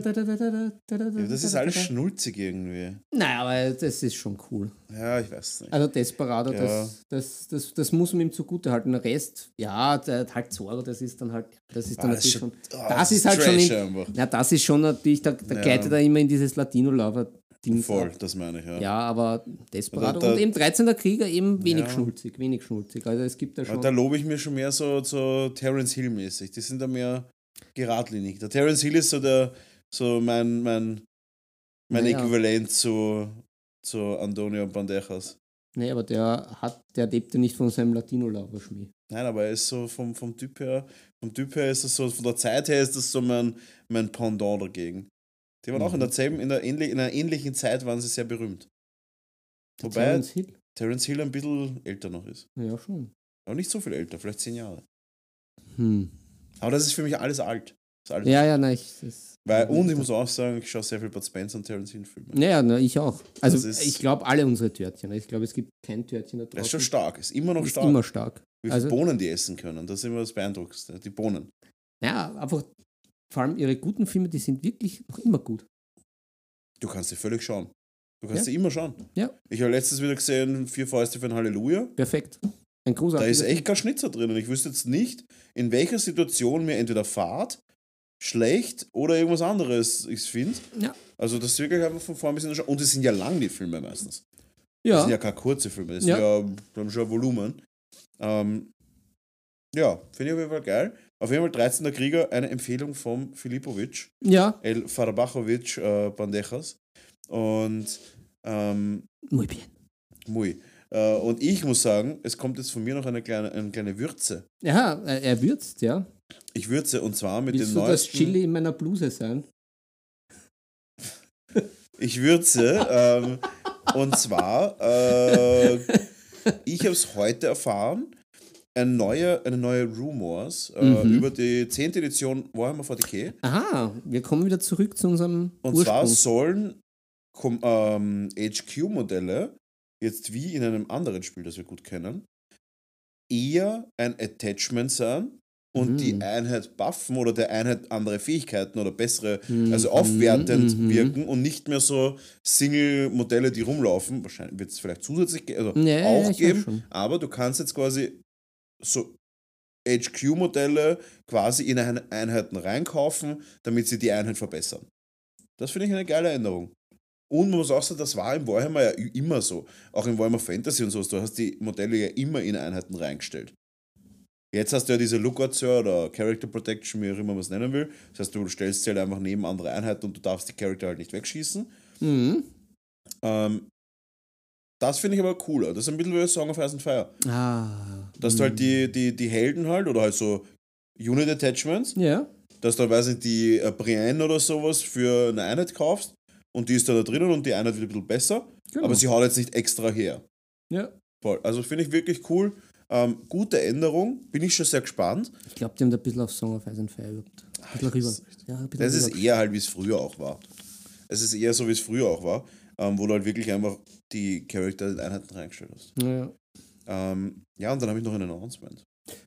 das ist alles schnulzig irgendwie. Nein, aber das ist schon cool. Ja, ich weiß nicht. Also Desperado, Ja. das, das, das, das muss man ihm zugute halten. Der Rest, ja, der, halt Zorro, das ist dann halt, das ist dann Ah, das ist natürlich schon, schon- ah, das das ist ist halt schon, Trash in, einfach. ja, das ist schon natürlich, da, da Ja. gleitet er immer in dieses Latino-Lover-Ding. Voll, das meine ich, ja. Ja, aber Desperado Da- da- und eben dreizehnter Krieger eben wenig Ja. schnulzig, wenig schnulzig. Also es gibt da Aber schon. da lobe ich mir schon mehr so, so Terence Hill-mäßig. Die sind da mehr geradlinig. Der Terence Hill ist so der so mein, mein, mein Naja. Äquivalent zu, zu Antonio Banderas. Nee, aber der hat, der lebte nicht von seinem Latino-Lover-Schmäh. Nein, aber er ist so vom, vom Typ her, vom Typ her ist das so, von der Zeit her ist das so mein, mein Pendant dagegen. Die waren auch in Mhm. derselben, in, der ähnlich, in einer ähnlichen Zeit waren sie sehr berühmt. Der Wobei Terence Hill. Terence Hill ein bisschen älter noch ist. Ja, schon. Aber nicht so viel älter, vielleicht zehn Jahre. Hm. Aber das ist für mich alles alt. Das ist alles Ja, ja, nein, ich, das, Weil, und ich muss auch sagen, ich schaue sehr viel Bud Spencer und Terence Hill Filme. Naja, na, ich auch. Also Das ist- ich glaube alle unsere Törtchen. Ich glaube, es gibt kein Törtchen da draußen. Das ist schon stark, ist immer noch Ist stark. immer stark. Wie viele Also, Bohnen die essen können, das ist immer das Beeindruckendste. Die Bohnen. ja, einfach vor allem ihre guten Filme, die sind wirklich noch immer gut. Du kannst sie völlig schauen. Du kannst Ja. sie immer schauen. Ja. Ich habe letztens wieder gesehen, Vier Fäuste für ein Halleluja. Perfekt. Ein Da großartiger ist echt kein Schnitzer drin. Und ich wüsste jetzt nicht, in welcher Situation mir entweder Fahrt, schlecht oder irgendwas anderes ich finde. Ja. Also das ist wirklich einfach von vorn bis hinten. Und es sind ja lang, die Filme meistens. Das Ja, sind ja keine kurze Filme, das Ja. sind ja, die haben schon ein Volumen. Ähm, ja, finde ich auf jeden Fall geil. Auf jeden Fall dreizehnter Krieger, eine Empfehlung vom Filipovic, ja. El Farbachovic äh, Bandejas. Und ähm, Muy bien. muy. Äh, und ich muss sagen, es kommt jetzt von mir noch eine kleine, eine kleine Würze. Ja, er er würzt, ja. Ich würze und zwar mit Willst den du das neuesten. Chili in meiner Bluse sein? Ich würze ähm, und zwar, äh, ich habe es heute erfahren, ein neuer, eine neue Rumors äh, Mhm. über die zehnte Edition Warhammer forty K. Aha, wir kommen wieder zurück zu unserem Und Ursprung. zwar sollen Com- ähm, H Q-Modelle, jetzt wie in einem anderen Spiel, das wir gut kennen, eher ein Attachment sein und Mhm. die Einheit buffen oder der Einheit andere Fähigkeiten oder bessere, Mhm, also aufwertend mhm. wirken und nicht mehr so Single-Modelle, die rumlaufen. Wahrscheinlich wird es vielleicht zusätzlich ge- also Ja, ja, auch ich weiß geben, schon. aber du kannst jetzt quasi so H Q-Modelle quasi in eine Einheiten reinkaufen, damit sie die Einheit verbessern. Das finde ich eine geile Änderung. Und man muss auch sagen, das war im Warhammer ja immer so. Auch im Warhammer Fantasy und so. Du hast die Modelle ja immer in Einheiten reingestellt. Jetzt hast du ja diese Lookout Sir oder Character Protection, wie auch immer man es nennen will. Das heißt, du stellst sie halt einfach neben andere Einheiten und du darfst die Charakter halt nicht wegschießen. Mhm. Ähm, das finde ich aber cooler. Das ist ein bisschen wie Song of Ice and Fire. Ah. Dass du halt die, die, die Helden halt oder halt so Unit Attachments, Ja. dass du, weiß nicht, die äh, Brienne oder sowas für eine Einheit kaufst und die ist da, da drinnen und die Einheit wird ein bisschen besser, Genau. aber sie haut jetzt nicht extra her. Ja. Voll. Also finde ich wirklich cool. Ähm, gute Änderung, bin ich schon sehr gespannt. Ich glaube, die haben da ein bisschen auf Song of Ice and Fire gehabt. Ein bisschen rüber. Ja, ein bisschen Das ist rüber. eher halt, wie es früher auch war. Es ist eher so, wie es früher auch war, ähm, wo du halt wirklich einfach die Charakter in Einheiten reingestellt hast. Ja. Ähm, ja, und dann habe ich noch ein Announcement.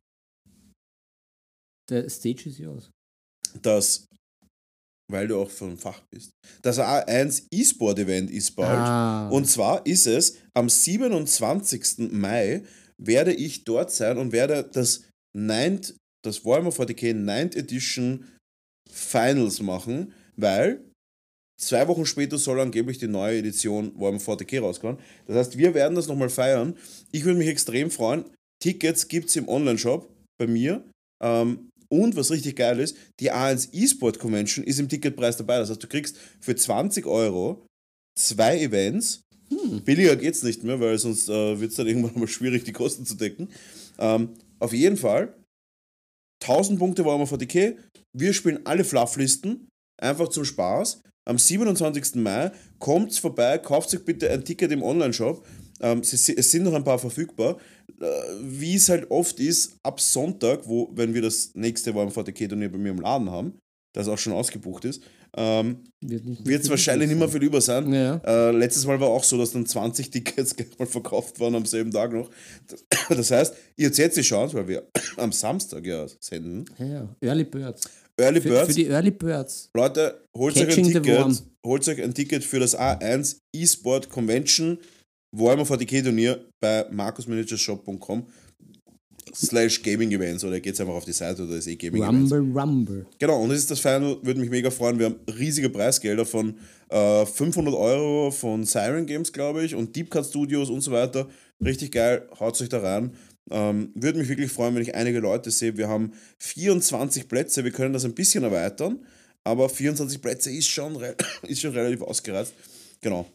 Der Stage ist yours. Dass, weil du auch vom Fach bist, das A eins E-Sport-Event ist bald. Ah. Und zwar ist es am siebenundzwanzigsten Mai werde ich dort sein und werde das Ninth, das Warhammer forty K Ninth Edition Finals machen, weil zwei Wochen später soll angeblich die neue Edition Warhammer forty K rauskommen. Das heißt, wir werden das nochmal feiern. Ich würde mich extrem freuen. Tickets gibt es im Online-Shop bei mir. Ähm, und was richtig geil ist, die A eins E-Sport Convention ist im Ticketpreis dabei. Das heißt, du kriegst für zwanzig Euro zwei Events. Hm. Billiger geht's nicht mehr, weil sonst äh, wird es dann irgendwann mal schwierig, die Kosten zu decken. Ähm, auf jeden Fall, tausend Punkte Warhammer forty K. Wir spielen alle Flufflisten, einfach zum Spaß. Am siebenundzwanzigsten Mai kommt's vorbei, kauft euch bitte ein Ticket im Online-Shop. Ähm, es sind noch ein paar verfügbar. Äh, wie es halt oft ist, ab Sonntag, wo, wenn wir das nächste Warhammer forty K Turnier bei mir im Laden haben, das auch schon ausgebucht ist, ähm, wird es wahrscheinlich nicht mehr viel über sein. Ja. Äh, letztes Mal war auch so, dass dann zwanzig Tickets gleich mal verkauft waren am selben Tag noch. Das, das heißt, ihr habt jetzt die Chance, weil wir am Samstag ja senden. Ja, ja. Early Birds. Early Für, Birds. für die Early Birds. Leute, holt euch, ein Catching the worm. Ticket, holt euch ein Ticket für das A eins E-Sport Convention Warhammer forty K Turnier bei markusmanagershop punkt com slash Gaming Events oder geht's einfach auf die Seite oder ist eh Gaming Events. Rumble, Rumble. Genau, und das ist das Final, würde mich mega freuen. Wir haben riesige Preisgelder von äh, fünfhundert Euro von Siren Games, glaube ich, und Deep Cut Studios und so weiter. Richtig geil, haut euch da rein. Ähm, würde mich wirklich freuen, wenn ich einige Leute sehe. Wir haben vierundzwanzig Plätze, wir können das ein bisschen erweitern, aber vierundzwanzig Plätze ist schon, re- ist schon relativ ausgereizt. Genau.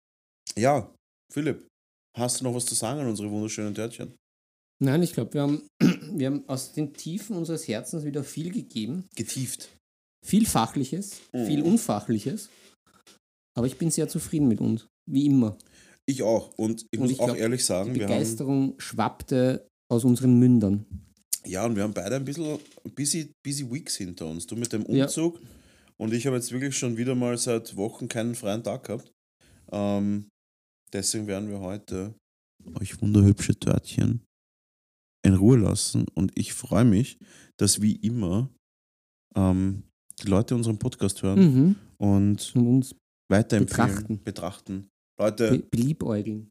Ja, Philipp, hast du noch was zu sagen an unsere wunderschönen Törtchen? Nein, ich glaube, wir haben, wir haben aus den Tiefen unseres Herzens wieder viel gegeben. Getieft. Viel Fachliches, Mhm. viel Unfachliches. Aber ich bin sehr zufrieden mit uns, wie immer. Ich auch. Und ich Und muss ich auch glaub, ehrlich sagen, Die wir haben, Begeisterung schwappte aus unseren Mündern. ja, und wir haben beide ein bisschen busy, busy Weeks hinter uns. Du mit dem Ja. Umzug und ich habe jetzt wirklich schon wieder mal seit Wochen keinen freien Tag gehabt. Ähm, deswegen werden wir heute euch wunderhübsche Törtchen in Ruhe lassen und ich freue mich, dass wie immer ähm, die Leute unseren Podcast hören Mhm. und Und uns weiterempfehlen, Betrachten. betrachten. Leute, be beliebäugeln.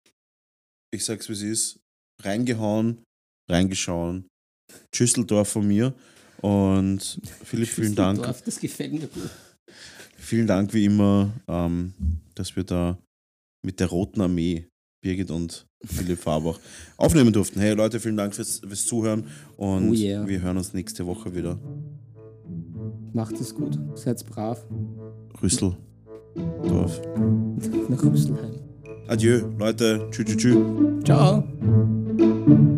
ich sag's wie es ist, reingehauen, reingeschauen. Tschüsseldorf von mir und Philipp, vielen Dank. Schüsseldorf, das gefällt mir gut. Vielen Dank wie immer, ähm, dass wir da mit der Roten Armee, Birgit und Philipp Farbach, aufnehmen durften. Hey Leute, vielen Dank fürs, fürs Zuhören und Oh yeah. wir hören uns nächste Woche wieder. Macht es gut. Seid brav. Rüsseldorf. Nach Rüsselheim. Adieu, Leute. Tschü, tschü, tschü. Ciao.